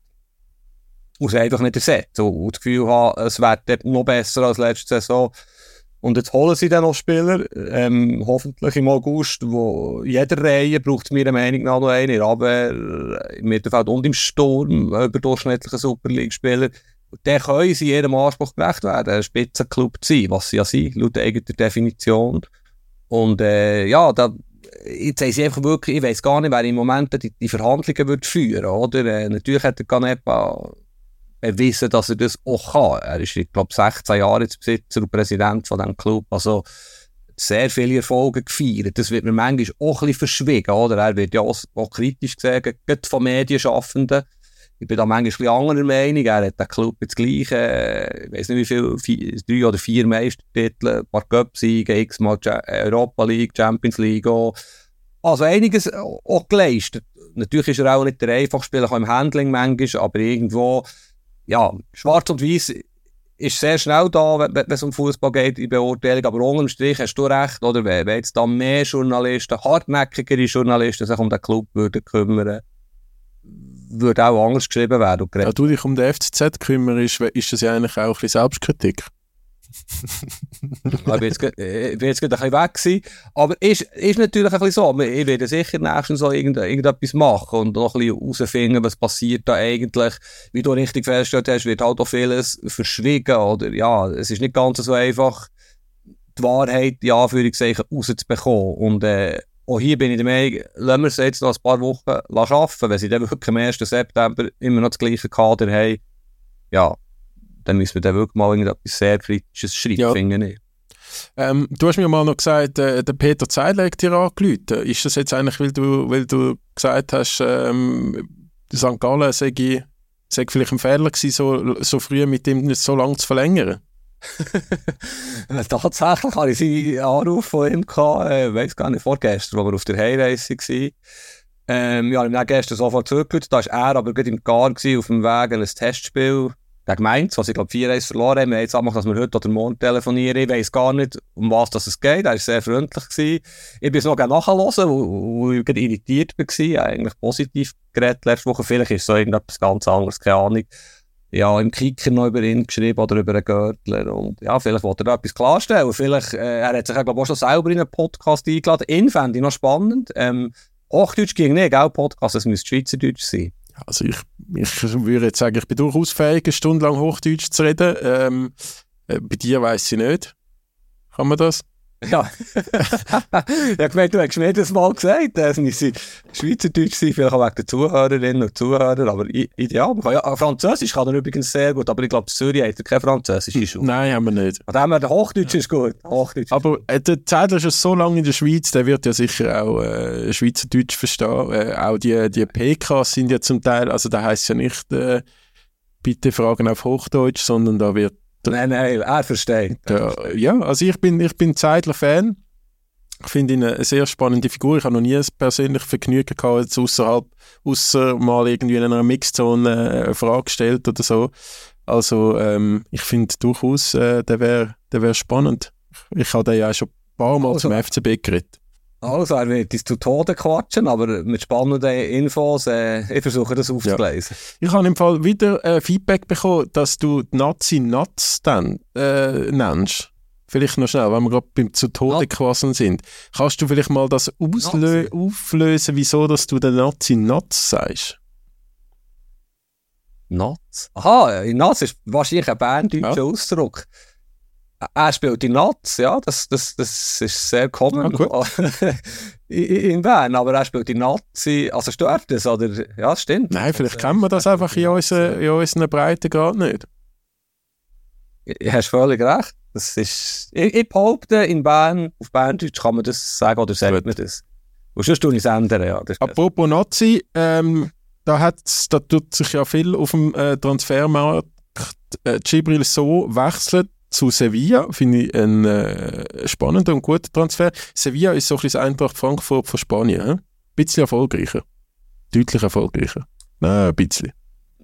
Und sie einfach nicht ersetzen. Und das Gefühl haben, es wird noch besser als letzte Saison. Und jetzt holen sie dann noch Spieler, hoffentlich im August, wo jeder Reihe braucht meiner Meinung nach noch einen, aber im Mittelfeld und im Sturm überdurchschnittlichen Super League-Spieler. Dann können sie jedem Anspruch gerecht werden, ein Spitzenklub zu sein, was sie ja sind, laut eigener Definition. Und ja, jetzt haben sie einfach wirklich, ich weiss gar nicht, wer im Moment die Verhandlungen wird führen, oder? Natürlich hat der Canepa bewiesen, dass er das auch kann. Er ist, ich glaube, 16 Jahre jetzt Besitzer und Präsident von diesem Club. Also sehr viele Erfolge gefeiert. Das wird mir manchmal auch ein bisschen verschwiegen, oder? Er wird ja auch kritisch gesehen, gerade von Medienschaffenden. Ich bin da manchmal ein bisschen anderer Meinung. Er hat den Club jetzt gleich, ich weiss nicht wie viel, 3 oder 4 Meistertitel, ein paar Cup-Siege, x-mal Europa League, Champions League auch. Also einiges auch geleistet. Natürlich ist er auch nicht der einfache Spieler, auch im Handling manchmal, aber irgendwo, ja, schwarz und weiß ist sehr schnell da, wenn es um Fußball geht, in Beurteilung, aber unterm Strich hast du recht, oder? Wenn jetzt da mehr Journalisten, hartnäckigere Journalisten sich um den Club würden kümmern, würde auch anders geschrieben werden. Ja, du dich um den FCZ kümmerst, ist das ja eigentlich auch ein bisschen Selbstkritik. Ich bin jetzt gerade ein bisschen weg gewesen. Aber ist natürlich ein bisschen so. Ich werde sicher nächstens so irgendetwas machen und noch ein bisschen herausfinden, was passiert da eigentlich. Wie du richtig festgestellt hast, wird halt auch vieles verschwiegen. Oder ja, es ist nicht ganz so einfach, die Wahrheit, in Anführungszeichen, rauszubekommen. Und auch hier bin ich der Meinung, lassen wir es jetzt noch ein paar Wochen arbeiten. Wenn sie dann wirklich am 1. September immer noch das gleiche Kader haben, ja, dann müssen wir dann wirklich mal irgendetwas sehr Kritisches schreiben, ja. Finde ich. Du hast mir mal noch gesagt, der Peter Zeidler hat dir angerufen. Ist das jetzt eigentlich, weil du gesagt hast, St. Gallen sei vielleicht ein Fehler gewesen, so früh mit ihm nicht so lange zu verlängern? Tatsächlich hatte ich seinen Anruf von ihm gehabt, weiss gar nicht, vorgestern, wo wir auf der Heimreise waren. Ja, ich habe gestern sofort zurückgerufen, da war er aber gerade im Gar gewesen, auf dem Weg an ein Testspiel gegen Mainz, was ich glaube 4-1 verloren haben. Wir haben jetzt gemacht, dass wir heute oder morgen telefonieren. Ich weiss gar nicht, um was es geht. Er war sehr freundlich gewesen. Ich bin es noch gerne nachhören, wo ich irritiert war. Eigentlich positiv geredet letzte Woche. Vielleicht ist es so irgendetwas ganz anderes, keine Ahnung. ja, im Kicker noch über ihn geschrieben oder über einen Görtler. Und ja, vielleicht wollte er da etwas klarstellen. Vielleicht, er hat sich, glaube ich, auch schon selber in einen Podcast eingeladen. Ihn fände ich noch spannend. Hochdeutsch ging nicht, auch Podcast, es müsste Schweizerdeutsch sein. Also ich würde jetzt sagen, ich bin durchaus fähig, eine Stunde lang Hochdeutsch zu reden. Bei dir weiss ich nicht. Kann man das? Ja. Ja, gemeint, du hast mir das mal gesagt, es müsse Schweizerdeutsch sein, vielleicht auch wegen der Zuhörerinnen und Zuhörer, aber ideal. Ja, Französisch kann er übrigens sehr gut, aber ich glaube, in Zürich hat er keine französische Schule. Nein, haben wir nicht. Von dem her, der Hochdeutsch ist gut. Hochdeutsch. Aber der Zeidler ist so lange in der Schweiz, der wird ja sicher auch Schweizerdeutsch verstehen. Auch die PKs sind ja zum Teil, also da heisst ja nicht bitte fragen auf Hochdeutsch, sondern da wird Nein, er versteht. Ja, also ich bin Zeidler-Fan. Ich finde ihn eine sehr spannende Figur. Ich habe noch nie ein persönliches Vergnügen gehabt, ausser mal irgendwie in einer Mixzone eine Frage gestellt oder so. Also ich finde durchaus, der wär spannend. Ich habe den ja auch schon ein paar Mal zum FCB geredet. Also, er wird uns zu Tode quatschen, aber mit spannenden Infos, ich versuche das aufzulesen. Ja. Ich habe im Fall wieder Feedback bekommen, dass du die Nazi-Nuts dann nennst. Vielleicht noch schnell, wenn wir gerade beim zu Tode quasseln sind. Kannst du vielleicht mal das auflösen, wieso dass du den Nazi-Nuts sagst? Nuts? Aha, Nuts ist wahrscheinlich ein berndeutscher Ausdruck. Er spielt in Nats, ja, das ist sehr common in Bern, aber er spielt in Nazi, also stört das, oder? Ja, das stimmt. Nein, vielleicht kennen wir das einfach in unseren Breitengrad nicht. Du hast völlig recht. Das ist, ich behaupte, in Bern, auf Berndeutsch kann man das sagen, oder sagt man das? Und sonst tue ich es ändern, ja. Apropos Nazi, da tut sich ja viel auf dem Transfermarkt Djibril Sow wechselt zu Sevilla, finde ich ein spannender und guter Transfer. Sevilla ist so ein bisschen das Eintracht Frankfurt von Spanien. Ein bisschen erfolgreicher. Deutlich erfolgreicher. Nein, ein bisschen.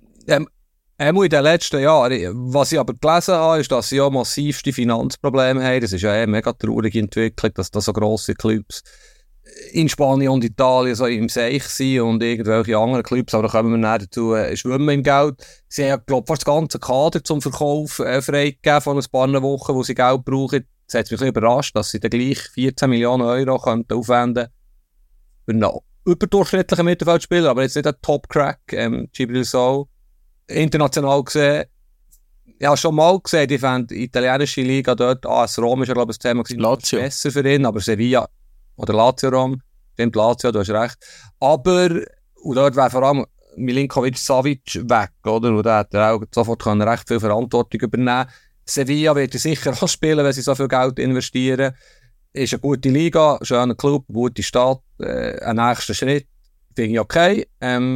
In den letzten Jahren, was ich aber gelesen habe, ist, dass sie ja massivste Finanzprobleme haben. Das ist ja eine mega traurige Entwicklung, dass da so grosse Clubs in Spanien und Italien so im Seich sind und irgendwelche anderen Clubs, aber da kommen wir näher dazu, schwimmen im Geld. Sie haben, glaube ich, fast das ganze Kader zum Verkauf freigegeben von ein paar Wochen, wo sie Geld brauchen. Das hat mich ein bisschen überrascht, dass sie dann gleich 14 Millionen Euro aufwenden für einen überdurchschnittlichen Mittelfeldspieler, aber jetzt nicht ein Top-Crack, Djibril Sow. International gesehen, ja, schon mal gesehen, ich fand die italienische Liga dort, AS Rom ist ja, glaube ich, das Thema Lazio. Besser für ihn, aber Sevilla oder Lazio Rom, stimmt, Lazio, du hast recht. Aber, und dort wäre vor allem Milinkovic-Savic weg, oder? Und da hat er auch sofort recht viel Verantwortung übernehmen. Sevilla wird sicher auch spielen, wenn sie so viel Geld investieren. Ist eine gute Liga, schöner Club, gute Stadt, ein nächster Schritt, finde ich okay.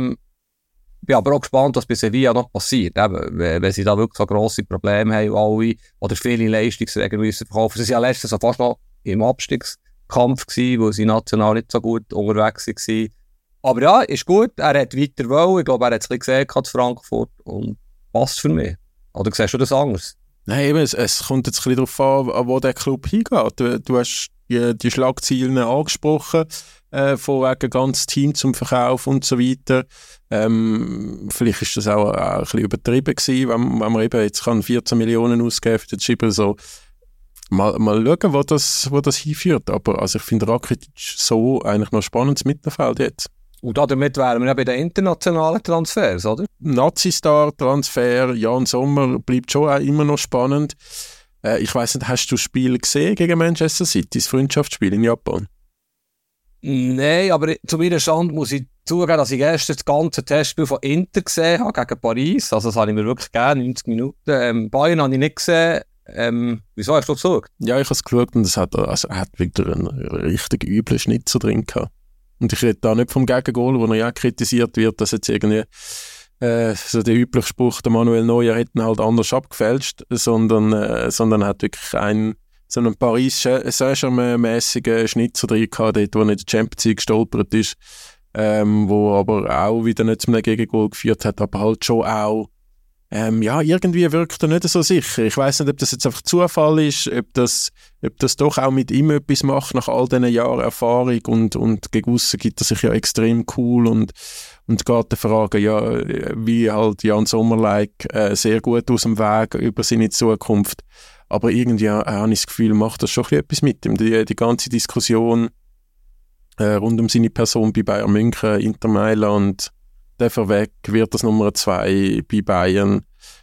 Bin aber auch gespannt, was bei Sevilla noch passiert. Eben, wenn sie da wirklich so grosse Probleme haben, alle, oder viele Leistungsträger müssen verkaufen. Sie waren ja letztes Jahr fast noch im Abstiegskampf gewesen, wo sie national nicht so gut unterwegs waren. Aber ja, ist gut. Er hat weiter wollen. Ich glaube, er hat es ein bisschen gesehen, Frankfurt, und passt für mich. Oder siehst du das anders? Nein, eben, es kommt jetzt ein bisschen darauf an, wo der Club hingeht. Du hast die Schlagzeilen angesprochen, von wegen ganzes Team zum Verkauf und so weiter. Vielleicht ist das auch ein bisschen übertrieben gewesen, wenn man eben jetzt 14 Millionen ausgeben für den Djibril Sow. Mal schauen, wo das hinführt. Aber also ich finde Rakitic so eigentlich noch ein spannendes Mittelfeld jetzt. Und damit wären wir ja bei den internationalen Transfers, oder? Nazi-Star-Transfer, Jan Sommer bleibt schon auch immer noch spannend. Ich weiss nicht, hast du das Spiel gesehen gegen Manchester City, das Freundschaftsspiel in Japan? Nein, aber zu meiner Schande muss ich zugeben, dass ich gestern das ganze Testspiel von Inter gesehen habe gegen Paris. Also das habe ich mir wirklich gegeben, 90 Minuten. Bayern habe ich nicht gesehen. Wieso hast du das geschaut? Ja, ich habe es geschaut und er hat wieder einen richtig üblen Schnitzer drin gehabt. Und ich rede da nicht vom Gegengol, wo er ja kritisiert wird, dass jetzt irgendwie so der übliche Spruch, der Manuel Neuer hätten halt anders abgefälscht, sondern hat wirklich einen so einen Paris Saint-Germain-mässigen Schnitzer drin gehabt, dort, wo nicht der Champions League gestolpert ist, wo aber auch wieder nicht zum Gegengol geführt hat, aber halt schon auch irgendwie wirkt er nicht so sicher. Ich weiss nicht, ob das jetzt einfach Zufall ist, ob das doch auch mit ihm etwas macht nach all diesen Jahren Erfahrung und gegen aussen gibt er sich ja extrem cool und geht der Frage, wie halt Jan Sommer-like sehr gut aus dem Weg über seine Zukunft. Aber irgendwie habe ich das Gefühl, macht das schon etwas mit ihm. Die ganze Diskussion rund um seine Person bei Bayern München, Inter Mailand, der weg, wird das Nummer 2 bei Bayern.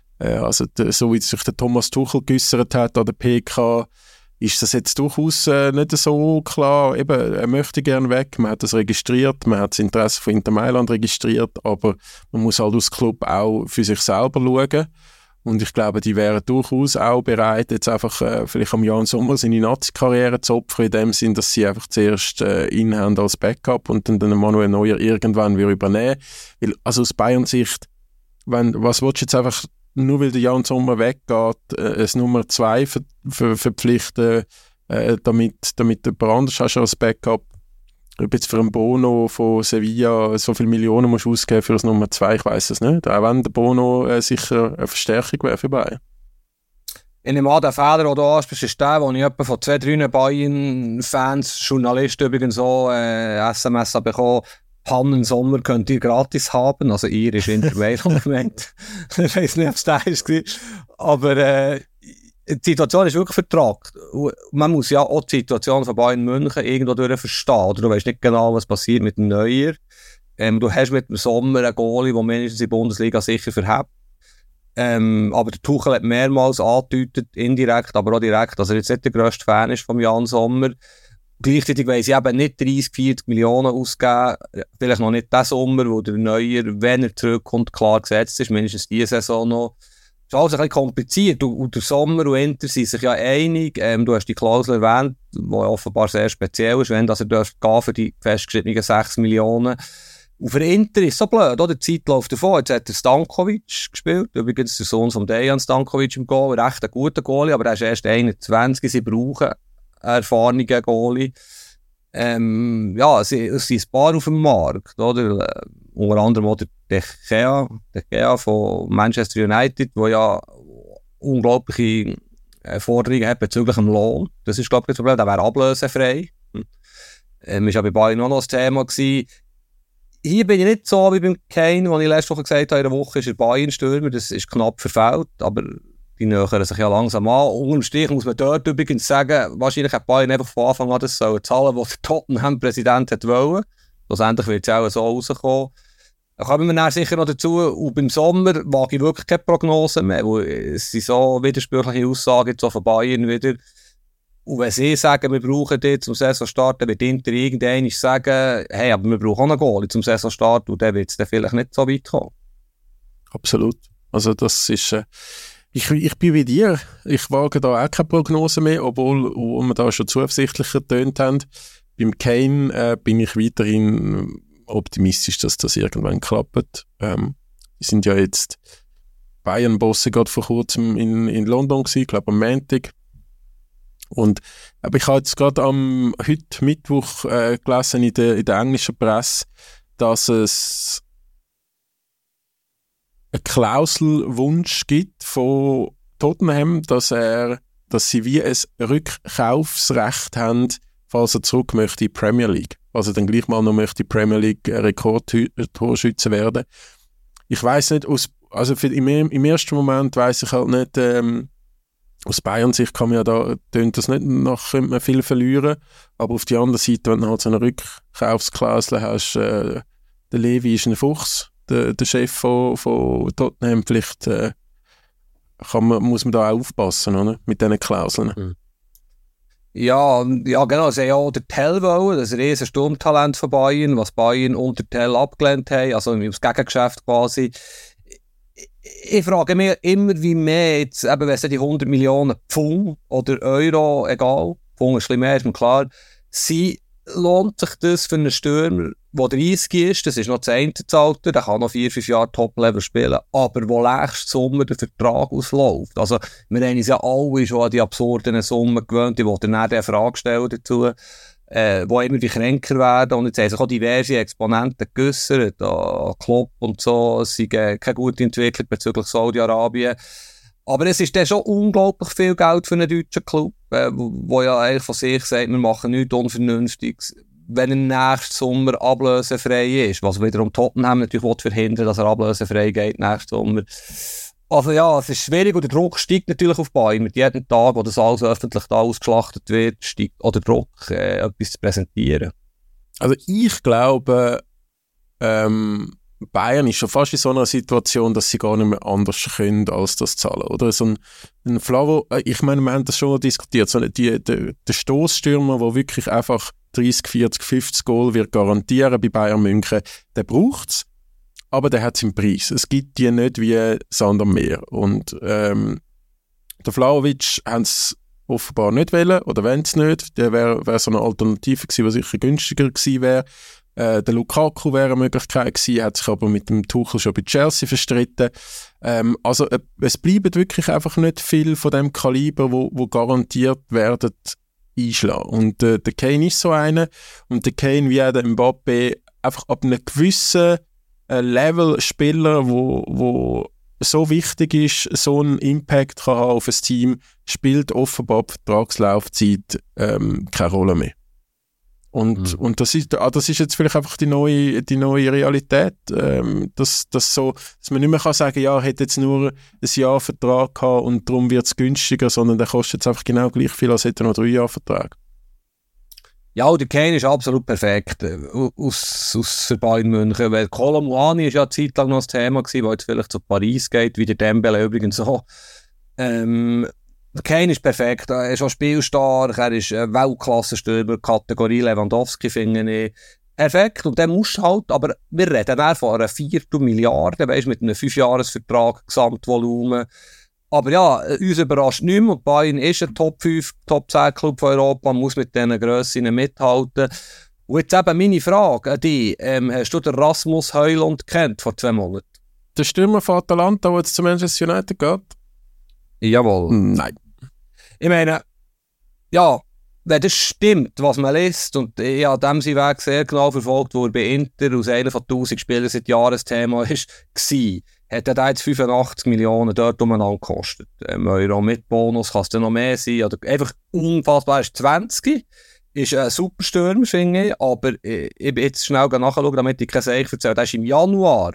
So wie sich der Thomas Tuchel geäussert hat an der PK, ist das jetzt durchaus nicht so klar. Eben, er möchte gerne weg, man hat das registriert, man hat das Interesse von Inter Mailand registriert, aber man muss halt als Club auch für sich selber schauen. Und ich glaube, die wären durchaus auch bereit, jetzt einfach vielleicht am Jan Sommer seine Nazi-Karriere zu opfern, in dem Sinn, dass sie einfach zuerst ihn haben als Backup und dann den Manuel Neuer irgendwann wieder übernehmen. Weil, also aus Bayern-Sicht, was willst du jetzt einfach, nur weil der Jan Sommer weggeht, ein Nummer 2 verpflichten, damit jemand anders hast als Backup? Ob jetzt für einen Bono von Sevilla so viele Millionen musst du ausgeben für das Nummer 2, ich weiss es nicht. Auch wenn der Bono sicher eine Verstärkung wäre für Bayern. Ich nehme an, der Fehler, den du ansprichst, ist der, den ich etwa von 2-3 Bayern-Fans, Journalisten übrigens so SMS bekommen, Pannen Sommer könnt ihr gratis haben. Also ihr ist Inter Mailand gemeint. Ich weiss nicht, ob es der war. Aber die Situation ist wirklich vertragt. Man muss ja auch die Situation von Bayern München irgendwo durch verstehen. Oder du weißt nicht genau, was passiert mit dem Neuer. Du hast mit dem Sommer einen Goalie, der mindestens in der Bundesliga sicher verhebt. Aber der Tuchel hat mehrmals angedeutet, indirekt, aber auch direkt, dass er jetzt nicht der grösste Fan ist von Jan Sommer. Gleichzeitig weiss ich eben nicht 30-40 Millionen ausgeben. Vielleicht noch nicht diesen Sommer, wo der Neuer, wenn er zurückkommt, klar gesetzt ist, mindestens diese Saison noch. Es ist alles ein bisschen kompliziert. Und der Sommer und Inter sind sich ja einig. Du hast die Klausel erwähnt, die offenbar sehr speziell ist, wenn er gehen für die festgeschriebenen 6 Millionen. Und für Inter ist es so blöd, oder? Die Zeit läuft davon. Jetzt hat der Stankovic gespielt. Übrigens der Sohn von Dejan Stankovic im Goal. Recht ein guter Goalie, aber er ist erst 21. Sie brauchen einen erfahrenen Goalie. Es sind ein paar auf dem Markt, oder? Unter anderem auch der De Gea von Manchester United, der ja unglaubliche Forderungen hat bezüglich dem Lohn. Das ist, glaube ich, das Problem. Der wäre ablösefrei. Ist ja bei Bayern auch noch das Thema gewesen. Hier bin ich nicht so wie beim Kane, wo ich letzte Woche gesagt habe, in einer Woche ist er Bayern-Stürmer. Das ist knapp verfehlt, aber die nähern sich ja langsam an. Unterm Strich muss man dort übrigens sagen, wahrscheinlich hat Bayern einfach von Anfang an das zahlen, was der Tottenham-Präsident wollte. Schlussendlich wird es auch so rauskommen. Da kommen wir dann sicher noch dazu. Und beim Sommer wage ich wirklich keine Prognose mehr, weil es sind so widersprüchliche Aussagen so von Bayern wieder. Und wenn sie sagen, wir brauchen die zum Saisonstart, dann wird Inter irgendwann sagen, hey, aber wir brauchen auch einen Goalie zum Saisonstart und dann wird es dann vielleicht nicht so weit kommen. Absolut. Also das ist... Ich bin wie dir. Ich wage da auch keine Prognose mehr, obwohl wir da schon zuversichtlicher getönt haben. Beim Kane bin ich weiterhin optimistisch, dass das irgendwann klappt. Die sind ja jetzt Bayern-Bosse gerade vor kurzem in London gewesen, ich glaube am Montag. Aber ich habe jetzt gerade heute Mittwoch gelesen in der englischen Presse, dass es einen Klauselwunsch gibt von Tottenham, dass sie wie ein Rückkaufsrecht haben, falls er zurück möchte in die Premier League. Also dann gleich mal noch möchte Premier League Rekordtorschütze werden. Ich weiss nicht, im ersten Moment weiss ich halt nicht, aus Bayern-Sicht kann man ja da, tönt das nicht, noch könnte man viel verlieren, aber auf der anderen Seite, wenn du halt so eine Rückkaufsklausel hast, der Levi ist ein Fuchs, der Chef von Tottenham, vielleicht muss man da auch aufpassen, oder? Mit diesen Klauseln. Mhm. Ja, genau. Sie haben ja auch den Tell wollen, das riesen Sturmtalent von Bayern, was Bayern unter Tell abgelehnt haben, also das Gegengeschäft quasi. Ich frage mich immer, wie mehr jetzt, eben wenn es die 100 Millionen Pfund oder Euro, egal, Pfund ist ein bisschen mehr, ist mir klar, lohnt sich das für einen Stürmer, der 30 ist, das ist noch das Alter, der kann noch 4-5 Jahre Top-Level spielen, aber wo nächsten Sommer der Vertrag ausläuft. Also, wir haben uns ja alle schon an die absurden Summen gewöhnt, ich wollte dann eine Frage stellen dazu. die immer wie kränker werden. Und jetzt haben sich auch diverse Exponenten geäussert, Klopp und so, es sei keine gute Entwicklung bezüglich Saudi-Arabien. Aber es ist dann schon unglaublich viel Geld für einen deutschen Club, wo ja eigentlich von sich sagt, wir machen nichts Unvernünftiges, wenn er nächsten Sommer ablösefrei ist. Was wiederum Tottenham natürlich verhindern will, dass er ablösefrei geht nächsten Sommer. Also ja, es ist schwierig und der Druck steigt natürlich auf Bayern. Mit jedem Tag, wo das alles öffentlich da ausgeschlachtet wird, steigt auch der Druck, etwas zu präsentieren. Also ich glaube, Bayern ist schon fast in so einer Situation, dass sie gar nicht mehr anders können, als das zahlen. Oder so ein Flavo, ich meine, wir haben das schon diskutiert, so der Stoßstürmer, der wirklich einfach 30, 40, 50 Goal wird garantieren bei Bayern München, der braucht es. Aber der hat seinen Preis. Es gibt die nicht wie Sand am Meer. Und der Vlahovic haben es offenbar nicht wollen, oder wollen es nicht. Der wäre so eine Alternative gewesen, die sicher günstiger gewesen wäre. Der Lukaku wäre eine Möglichkeit gewesen, hat sich aber mit dem Tuchel schon bei Chelsea verstritten. Also es bleiben wirklich einfach nicht viel von dem Kaliber, wo garantiert werden einschlagen. Und der Kane ist so einer. Und der Kane wie auch der Mbappé einfach ab einem gewissen Level-Spieler, wo so wichtig ist, so einen Impact kann haben auf ein Team, spielt offenbar die Vertragslaufzeit keine Rolle mehr. Und das ist jetzt vielleicht einfach die neue Realität, dass man nicht mehr kann sagen, ja, er hat jetzt nur ein Jahr Vertrag gehabt und darum wird es günstiger, sondern der kostet jetzt einfach genau gleich viel, als hätte er noch 3 Jahre Vertrag. Ja, der Kane ist absolut perfekt aus Bayern München, weil Kolo Muani ist ja eine Zeit lang noch das Thema gewesen, weil jetzt vielleicht zu Paris geht, wie der Dembele übrigens so. Der Kane ist perfekt, er ist auch spielstark, er ist Weltklasse-Stürmer, Kategorie Lewandowski, finde ich. Perfekt, und dann musst du halt, aber wir reden dann von einer 4 Milliarden, weißt, mit einem 5-Jahres-Vertrag, Gesamtvolumen. Aber ja, uns überrascht nicht mehr. Und Bayern ist ein Top 5, Top 10 Club von Europa, man muss mit diesen Grössen mithalten. Und jetzt eben meine Frage an dich. Hast du den Rasmus Højlund kennt vor 2 Monaten? Der Stürmer von Atalanta, der jetzt zu Manchester United geht? Jawohl. Nein. Ich meine, ja, wenn das stimmt, was man liest, und ich habe dem seinen Weg sehr genau verfolgt, wo er bei Inter aus einer von 1000 Spielern seit Jahren das Thema war, hat er jetzt 85 Millionen dort umeinander gekostet. Euro mit Bonus, kann es dann noch mehr sein, oder einfach unfassbar, er ist 20, ist ein super Stürmer, finde ich, aber ich bin jetzt schnell nachschauen, damit ich kein Seich erzähle, der ist im Januar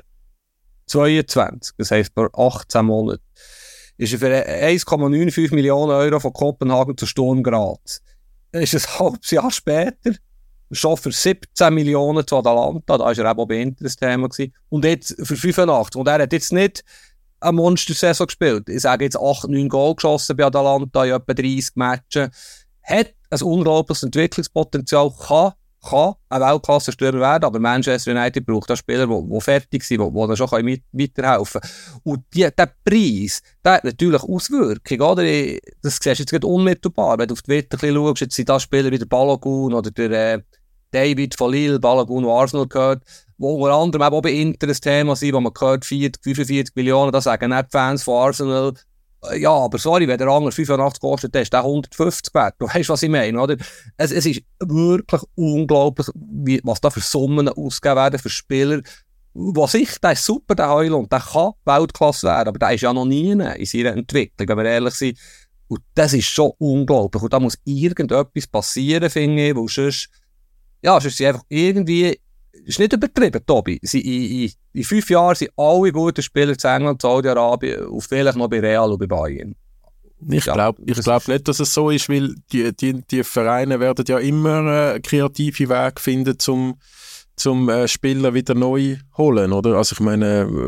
22, das heisst vor 18 Monaten, ist er für 1,95 Millionen Euro von Kopenhagen zu Sturm Graz. Ist ein halbes Jahr später schon für 17 Millionen zu Atalanta, da war er eben auch bei Inter das Thema gewesen, und jetzt für 85. Und er hat jetzt nicht eine Monster-Saison gespielt. Ich sage jetzt 8, 9 Goal geschossen bei Atalanta in etwa 30 Matches. Hat ein unglaubliches Entwicklungspotenzial, kann ein Weltklasse-Stürmer werden, aber Manchester United braucht auch Spieler, die fertig sind, die schon weiterhelfen können. Und der Preis, der hat natürlich Auswirkungen, oder? Das siehst du jetzt gerade unmittelbar. Wenn du auf Twitter schaust, jetzt sind da Spieler wie der Balogun oder der David von Lille, Balogun, der Arsenal gehört, wo unter anderem auch bei Inter ein Thema sind, wo man gehört, 40, 45 Millionen, da sagen nicht Fans von Arsenal, ja, aber sorry, wenn der andere 85 kostet, ist der 150 wert. Du weißt, was ich meine, oder? Es ist wirklich unglaublich, was da für Summen ausgegeben werden für Spieler. Was der ist super, der Højlund, der kann Weltklasse werden, aber der ist ja noch nie in seiner Entwicklung, wenn wir ehrlich sind. Und das ist schon unglaublich. Und da muss irgendetwas passieren, finde ich, weil sonst sind einfach irgendwie, ist nicht übertrieben, Tobi. In 5 Jahren sind alle guten Spieler zu England, Saudi-Arabien und vielleicht noch bei Real und bei Bayern. Ich glaube nicht, dass es so ist, weil die Vereine werden ja immer kreative Wege finden, zum Spieler wieder neu holen, oder? Also ich meine,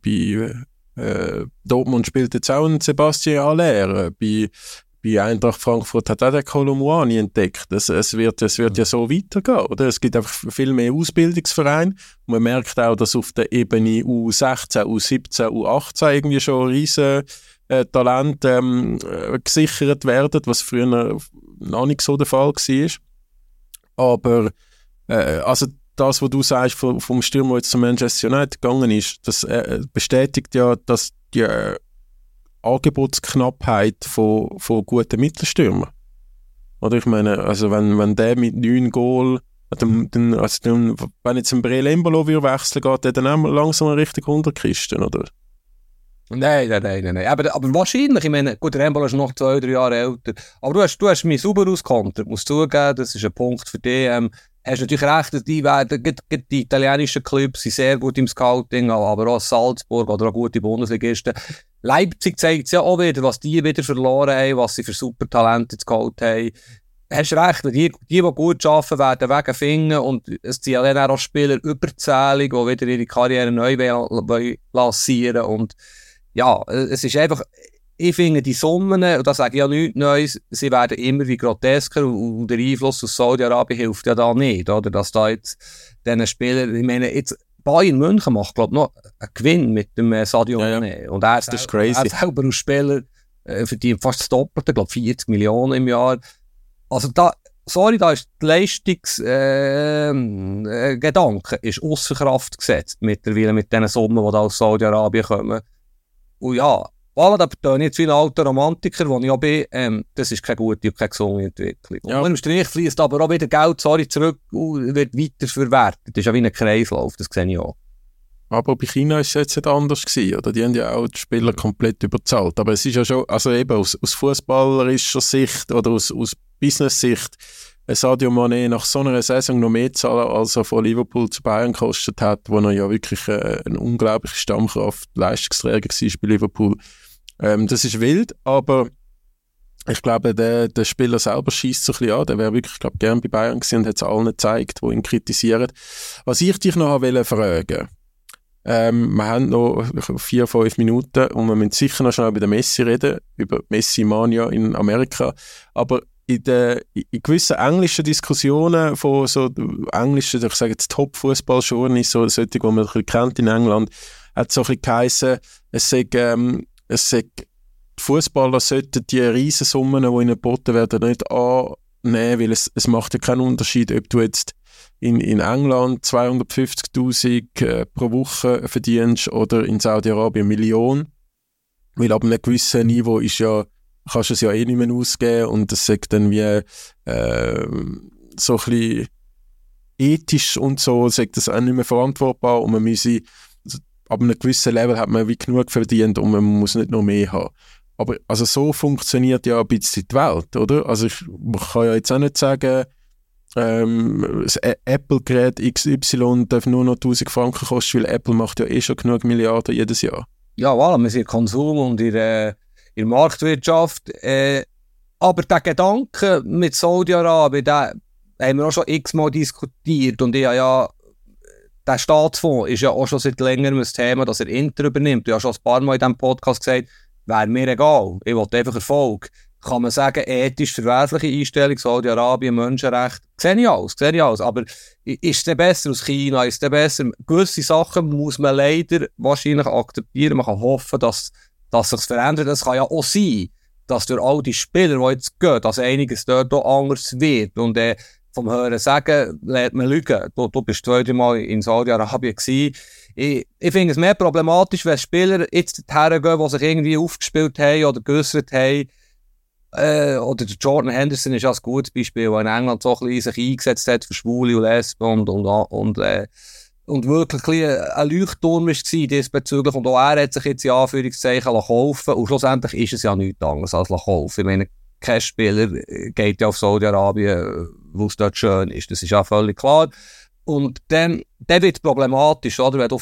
bei Dortmund spielt jetzt auch ein Sebastian Haller, bei Eintracht Frankfurt hat auch der Kolo Muani entdeckt. Es wird ja so weitergehen, oder? Es gibt einfach viel mehr Ausbildungsvereine. Und man merkt auch, dass auf der Ebene U16, U17, U18 irgendwie schon riesen Talente gesichert werden, was früher noch nicht so der Fall war. Aber also das, was du sagst vom Stürmer, der jetzt zu Manchester United gegangen ist, das bestätigt ja, dass die Angebotsknappheit von guten Mittelstürmern. Oder ich meine, also wenn der mit 9 Goal, wenn jetzt ein Breel Embolo wechseln geht, der dann auch langsam eine richtig Unterkiste, oder? Nein. Aber wahrscheinlich, ich meine, gut, der Embolo ist noch 2-3 Jahre älter. Aber du hast mich sauber ausgekontert, musst zugeben, das ist ein Punkt für dich. Hast natürlich recht, dass die italienischen Clubs sind sehr gut im Scouting, aber auch Salzburg oder auch gute Bundesligisten. Leipzig zeigt es ja auch wieder, was die wieder verloren haben, was sie für super Talente gescout haben. Hast recht, die gut arbeiten, werden Wege finden und es sind ja dann auch Spieler überzählig, die wieder ihre Karriere neu lancieren und ja, es ist einfach, ich finde die Summen, und da sage ich ja nichts Neues, sie werden immer wie grotesker und der Einfluss aus Saudi-Arabien hilft ja da nicht, oder? Dass da jetzt diesen Spieler, ich meine, jetzt Bayern München macht, glaube ich, noch einen Gewinn mit dem Sadio Mané. Und das ist crazy. Er selber als Spieler verdient fast das Doppelte, glaube 40 Millionen im Jahr. Also da ist die Leistungsgedanke ist ausser Kraft gesetzt mittlerweile mit diesen Summen, die da aus Saudi-Arabien kommen. Und ja, voilà, da bin ich jetzt wie ein alter Romantiker, wo ich auch bin, das ist keine gute und keine gesunde Entwicklung. Ja. Und im Strich fließt aber auch wieder Geld zurück und wird weiter verwertet. Das ist ja wie ein Kreislauf, das sehe ich auch. Aber bei China war es jetzt nicht anders gewesen, oder? Die haben ja auch die Spieler komplett überzahlt. Aber es ist ja schon, also eben aus fußballerischer Sicht oder aus Business-Sicht, Sadio Mané nach so einer Saison noch mehr zahlen, als er von Liverpool zu Bayern gekostet hat, wo er ja wirklich eine unglaubliche Stammkraft, Leistungsträger war bei Liverpool. Das ist wild, aber ich glaube, der Spieler selber schießt so ein bisschen an. Der wäre wirklich, glaube ich, gern bei Bayern gewesen und hat es allen gezeigt, die ihn kritisieren. Was ich dich noch fragen wir haben noch 4-5 Minuten und wir müssen sicher noch schnell über den Messi reden, über Messi-Mania in Amerika. Aber in gewissen englischen Diskussionen von so englischen, ich sage jetzt Top-Fußball-Journalisten, so solche, die man ein bisschen kennt in England, hat so ein bisschen geheissen, es sei die Fußballer sollten die Riesensummen, die ihnen geboten werden, nicht annehmen, weil es macht ja keinen Unterschied, ob du jetzt in England 250'000 pro Woche verdienst oder in Saudi-Arabien 1 Million. Weil ab einem gewissen Niveau kannst du es ja eh nicht mehr ausgeben und das sagt dann wie so ein bisschen ethisch und so, sagt das auch nicht mehr verantwortbar und man müsse, ab einem gewissen Level hat man wie genug verdient und man muss nicht noch mehr haben. Aber also so funktioniert ja ein bisschen die Welt, oder? Also man kann ja jetzt auch nicht sagen, das Apple-Gerät XY darf nur noch 1'000 Franken kosten, weil Apple macht ja eh schon genug Milliarden jedes Jahr. Ja, voilà, wir sind Konsum und in der Marktwirtschaft. Aber der Gedanke mit Saudi-Arabien, den haben wir auch schon x-mal diskutiert. Und der Staatsfonds ist ja auch schon seit längerem ein Thema, dass er Inter übernimmt. Du hast schon ein paar Mal in diesem Podcast gesagt, wäre mir egal, ich wollte einfach Erfolg. Kann man sagen, ethisch verwerfliche Einstellung, Saudi-Arabien, Menschenrechte, sehe ich alles. Aber ist es denn besser aus China? Ist es denn besser? Gewisse Sachen muss man leider wahrscheinlich akzeptieren. Man kann hoffen, dass sich verändert. Es kann ja auch sein, dass durch all die Spieler, die jetzt gehen, dass einiges dort auch anders wird. Und vom Hören sagen, lässt man lügen. Du bist 2-3 Mal in Saudi-Arabien gewesen. Ich finde es mehr problematisch, wenn Spieler jetzt hergehen, die sich irgendwie aufgespielt haben oder geäussert haben. Oder der Jordan Henderson ist ja ein gutes Beispiel, der in England so ein bisschen sich eingesetzt hat für Schwule und Lesben und wirklich ein Leuchtturm war diesbezüglich. Und auch er hat sich jetzt in Anführungszeichen kaufen und schlussendlich ist es ja nichts anderes als kaufen. Ich meine, kein Spieler geht ja auf Saudi-Arabien, wo es dort schön ist. Das ist ja völlig klar. Und dann wird es problematisch, oder? Wenn du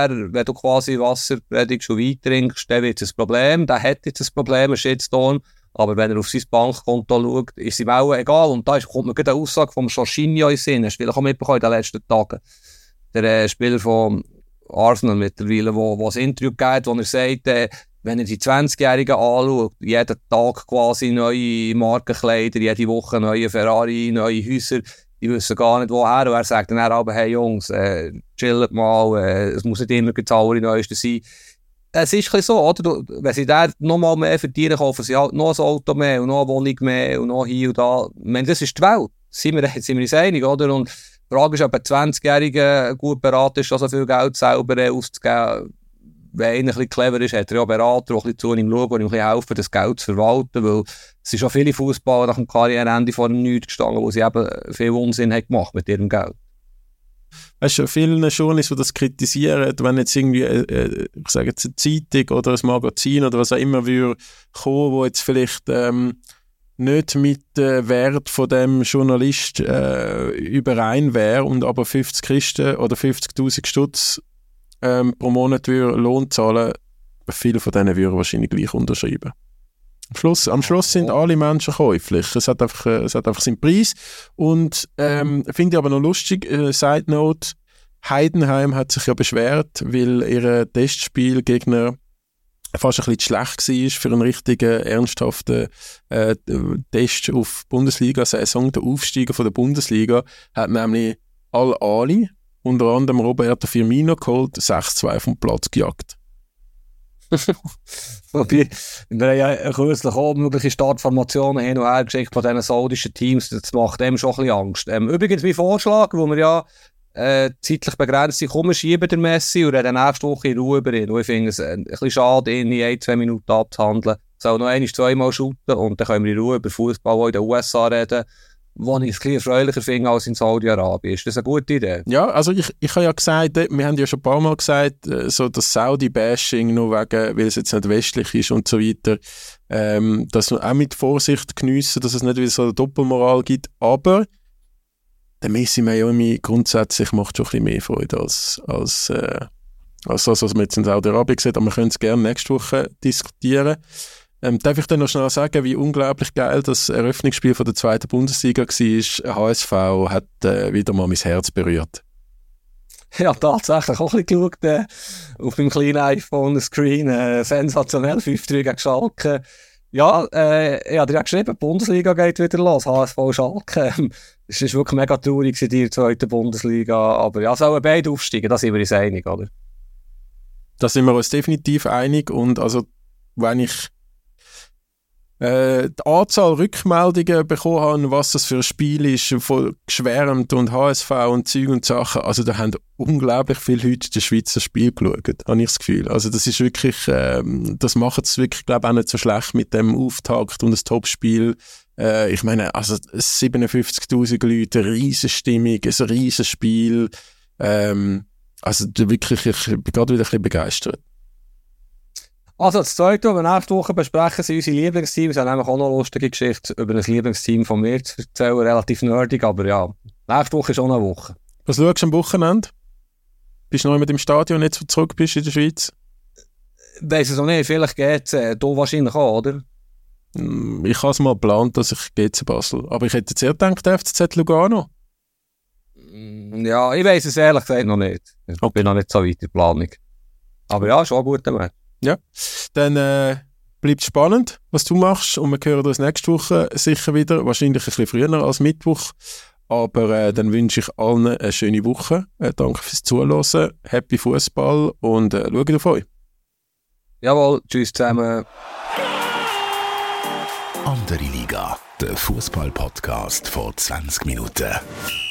quasi Wasser predigst und Wein trinkst, dann wird es ein Problem. Der hat jetzt ein Problem, ein Shitstorm. Aber wenn er auf sein Bankkonto schaut, ist ihm auch egal. Und da kommt mir gerade eine Aussage vom Jorginho in den Sinn. Hast du vielleicht auch mitbekommen in den letzten Tagen. Der Spieler von Arsenal mittlerweile, wo das Interview geht, wo er sagt, wenn er die 20-Jährigen anschaut, jeden Tag quasi neue Markenkleider, jede Woche neue Ferrari, neue Häuser, die wissen gar nicht woher. Und er sagt dann aber, hey Jungs, chillt mal, es muss nicht immer das Allerneueste sein. Es ist ein bisschen so, oder? Wenn sie da noch mal mehr verdienen, kaufen sie halt noch ein Auto mehr und noch eine Wohnung mehr und noch hier und da. Ich meine, das ist die Welt. Sind wir uns einig, oder? Und die Frage ist, ob ein 20-Jähriger gut beraten ist, so viel Geld selber auszugeben, wenn einer ein bisschen clever ist, hat er ja Berater, die ein bisschen zu ihm schauen, die ihm ein bisschen helfen, das Geld zu verwalten, weil es sind schon viele Fußballer nach dem Karriereende vor dem Nichts gestanden, wo sie eben viel Unsinn haben gemacht mit ihrem Geld. Weißt du, viele Journalisten, die das kritisieren, wenn jetzt irgendwie, ich sage jetzt eine Zeitung oder ein Magazin oder was auch immer würde kommen, wo jetzt vielleicht nicht mit dem Wert von dem Journalist überein wäre und aber 50 Christen oder 50'000 Stutz pro Monat würde Lohn zahlen, viele von denen würden wahrscheinlich gleich unterschreiben. Am Schluss sind alle Menschen käuflich. Es hat einfach seinen Preis. Und finde ich aber noch lustig, Side Note, Heidenheim hat sich ja beschwert, weil ihr Testspielgegner fast ein bisschen schlecht war für einen richtigen, ernsthaften Test auf Bundesliga-Saison. Der Aufsteiger von der Bundesliga hat nämlich alle, unter anderem Roberto Firmino geholt, 6-2 vom Platz gejagt. Wobei, wir haben ja kürzlich auch mögliche Startformationen hin und her geschickt von diesen saudischen Teams, das macht dem schon ein bisschen Angst. Übrigens mein Vorschlag, wo wir ja zeitlich begrenzt sind, komm, schieben der Messi und dann nächste Woche in Ruhe über ihn. Und ich finde es ein bisschen schade, ihn in 1-2 Minuten abzuhandeln. Soll noch 1-2 shooten und dann können wir in Ruhe über Fußball in den USA reden, wo ich es ein bisschen erfreulicher finde als in Saudi-Arabien. Ist das eine gute Idee? Ja, also ich habe ja gesagt, wir haben ja schon ein paar Mal gesagt, so das Saudi-Bashing, nur wegen, weil es jetzt nicht westlich ist und so weiter, dass wir auch mit Vorsicht geniessen, dass es nicht wieder so eine Doppelmoral gibt, aber der Messi Miami grundsätzlich macht schon ein bisschen mehr Freude als das, was man jetzt in Saudi-Arabien sieht, aber wir können es gerne nächste Woche diskutieren. Darf ich dann noch schnell sagen, wie unglaublich geil das Eröffnungsspiel von der 2. Bundesliga war? HSV hat wieder mal mein Herz berührt. Ja, tatsächlich auch ein bisschen geschaut, auf meinem kleinen iPhone-Screen. Sensationell, 5-3 gegen Schalke. Ja, ich habe dir geschrieben, die Bundesliga geht wieder los, HSV Schalke. Es war wirklich mega traurig in der 2. Bundesliga, aber ja, sollen beide aufsteigen, da sind wir uns einig, oder? Da sind wir uns definitiv einig und also, wenn ich die Anzahl Rückmeldungen bekommen habe, was das für ein Spiel ist, von geschwärmt und HSV und Zeug und Sachen, also da haben unglaublich viele Leute das Schweizer Spiel geschaut, habe ich das Gefühl. Also das ist wirklich, das macht es wirklich, glaube ich, auch nicht so schlecht mit dem Auftakt und das Topspiel. Ich meine, also 57'000 Leute, eine riesen Stimmung, ein riesen Spiel. Also wirklich, ich bin gerade wieder ein bisschen begeistert. Also das Zweite, was wir nächste Woche besprechen, sind unsere Lieblingsteams. Wir haben nämlich auch noch eine lustige Geschichte über ein Lieblingsteam von mir zu erzählen, relativ nerdig, aber ja, nächste Woche ist auch eine Woche. Was schaust du am Wochenende? Bist du noch mit dem Stadion, jetzt wo du zurück bist in der Schweiz? Weiss es auch nicht, vielleicht geht es du wahrscheinlich auch, oder? Ich habe es mal geplant, dass ich gehe zu Basel, aber ich hätte jetzt eher gedacht, der FCZ Lugano. Ja, ich weiss es ehrlich gesagt noch nicht. Ich bin noch nicht so weit in der Planung. Aber ja, schon ein guter Mann. Ja, dann bleibt spannend, was du machst und wir hören uns nächste Woche sicher wieder, wahrscheinlich ein bisschen früher als Mittwoch, aber dann wünsche ich allen eine schöne Woche. Danke fürs Zuhören, happy Fußball und schaut auf euch. Jawohl, tschüss zusammen. Andere Liga, der Fußball-Podcast vor 20 Minuten.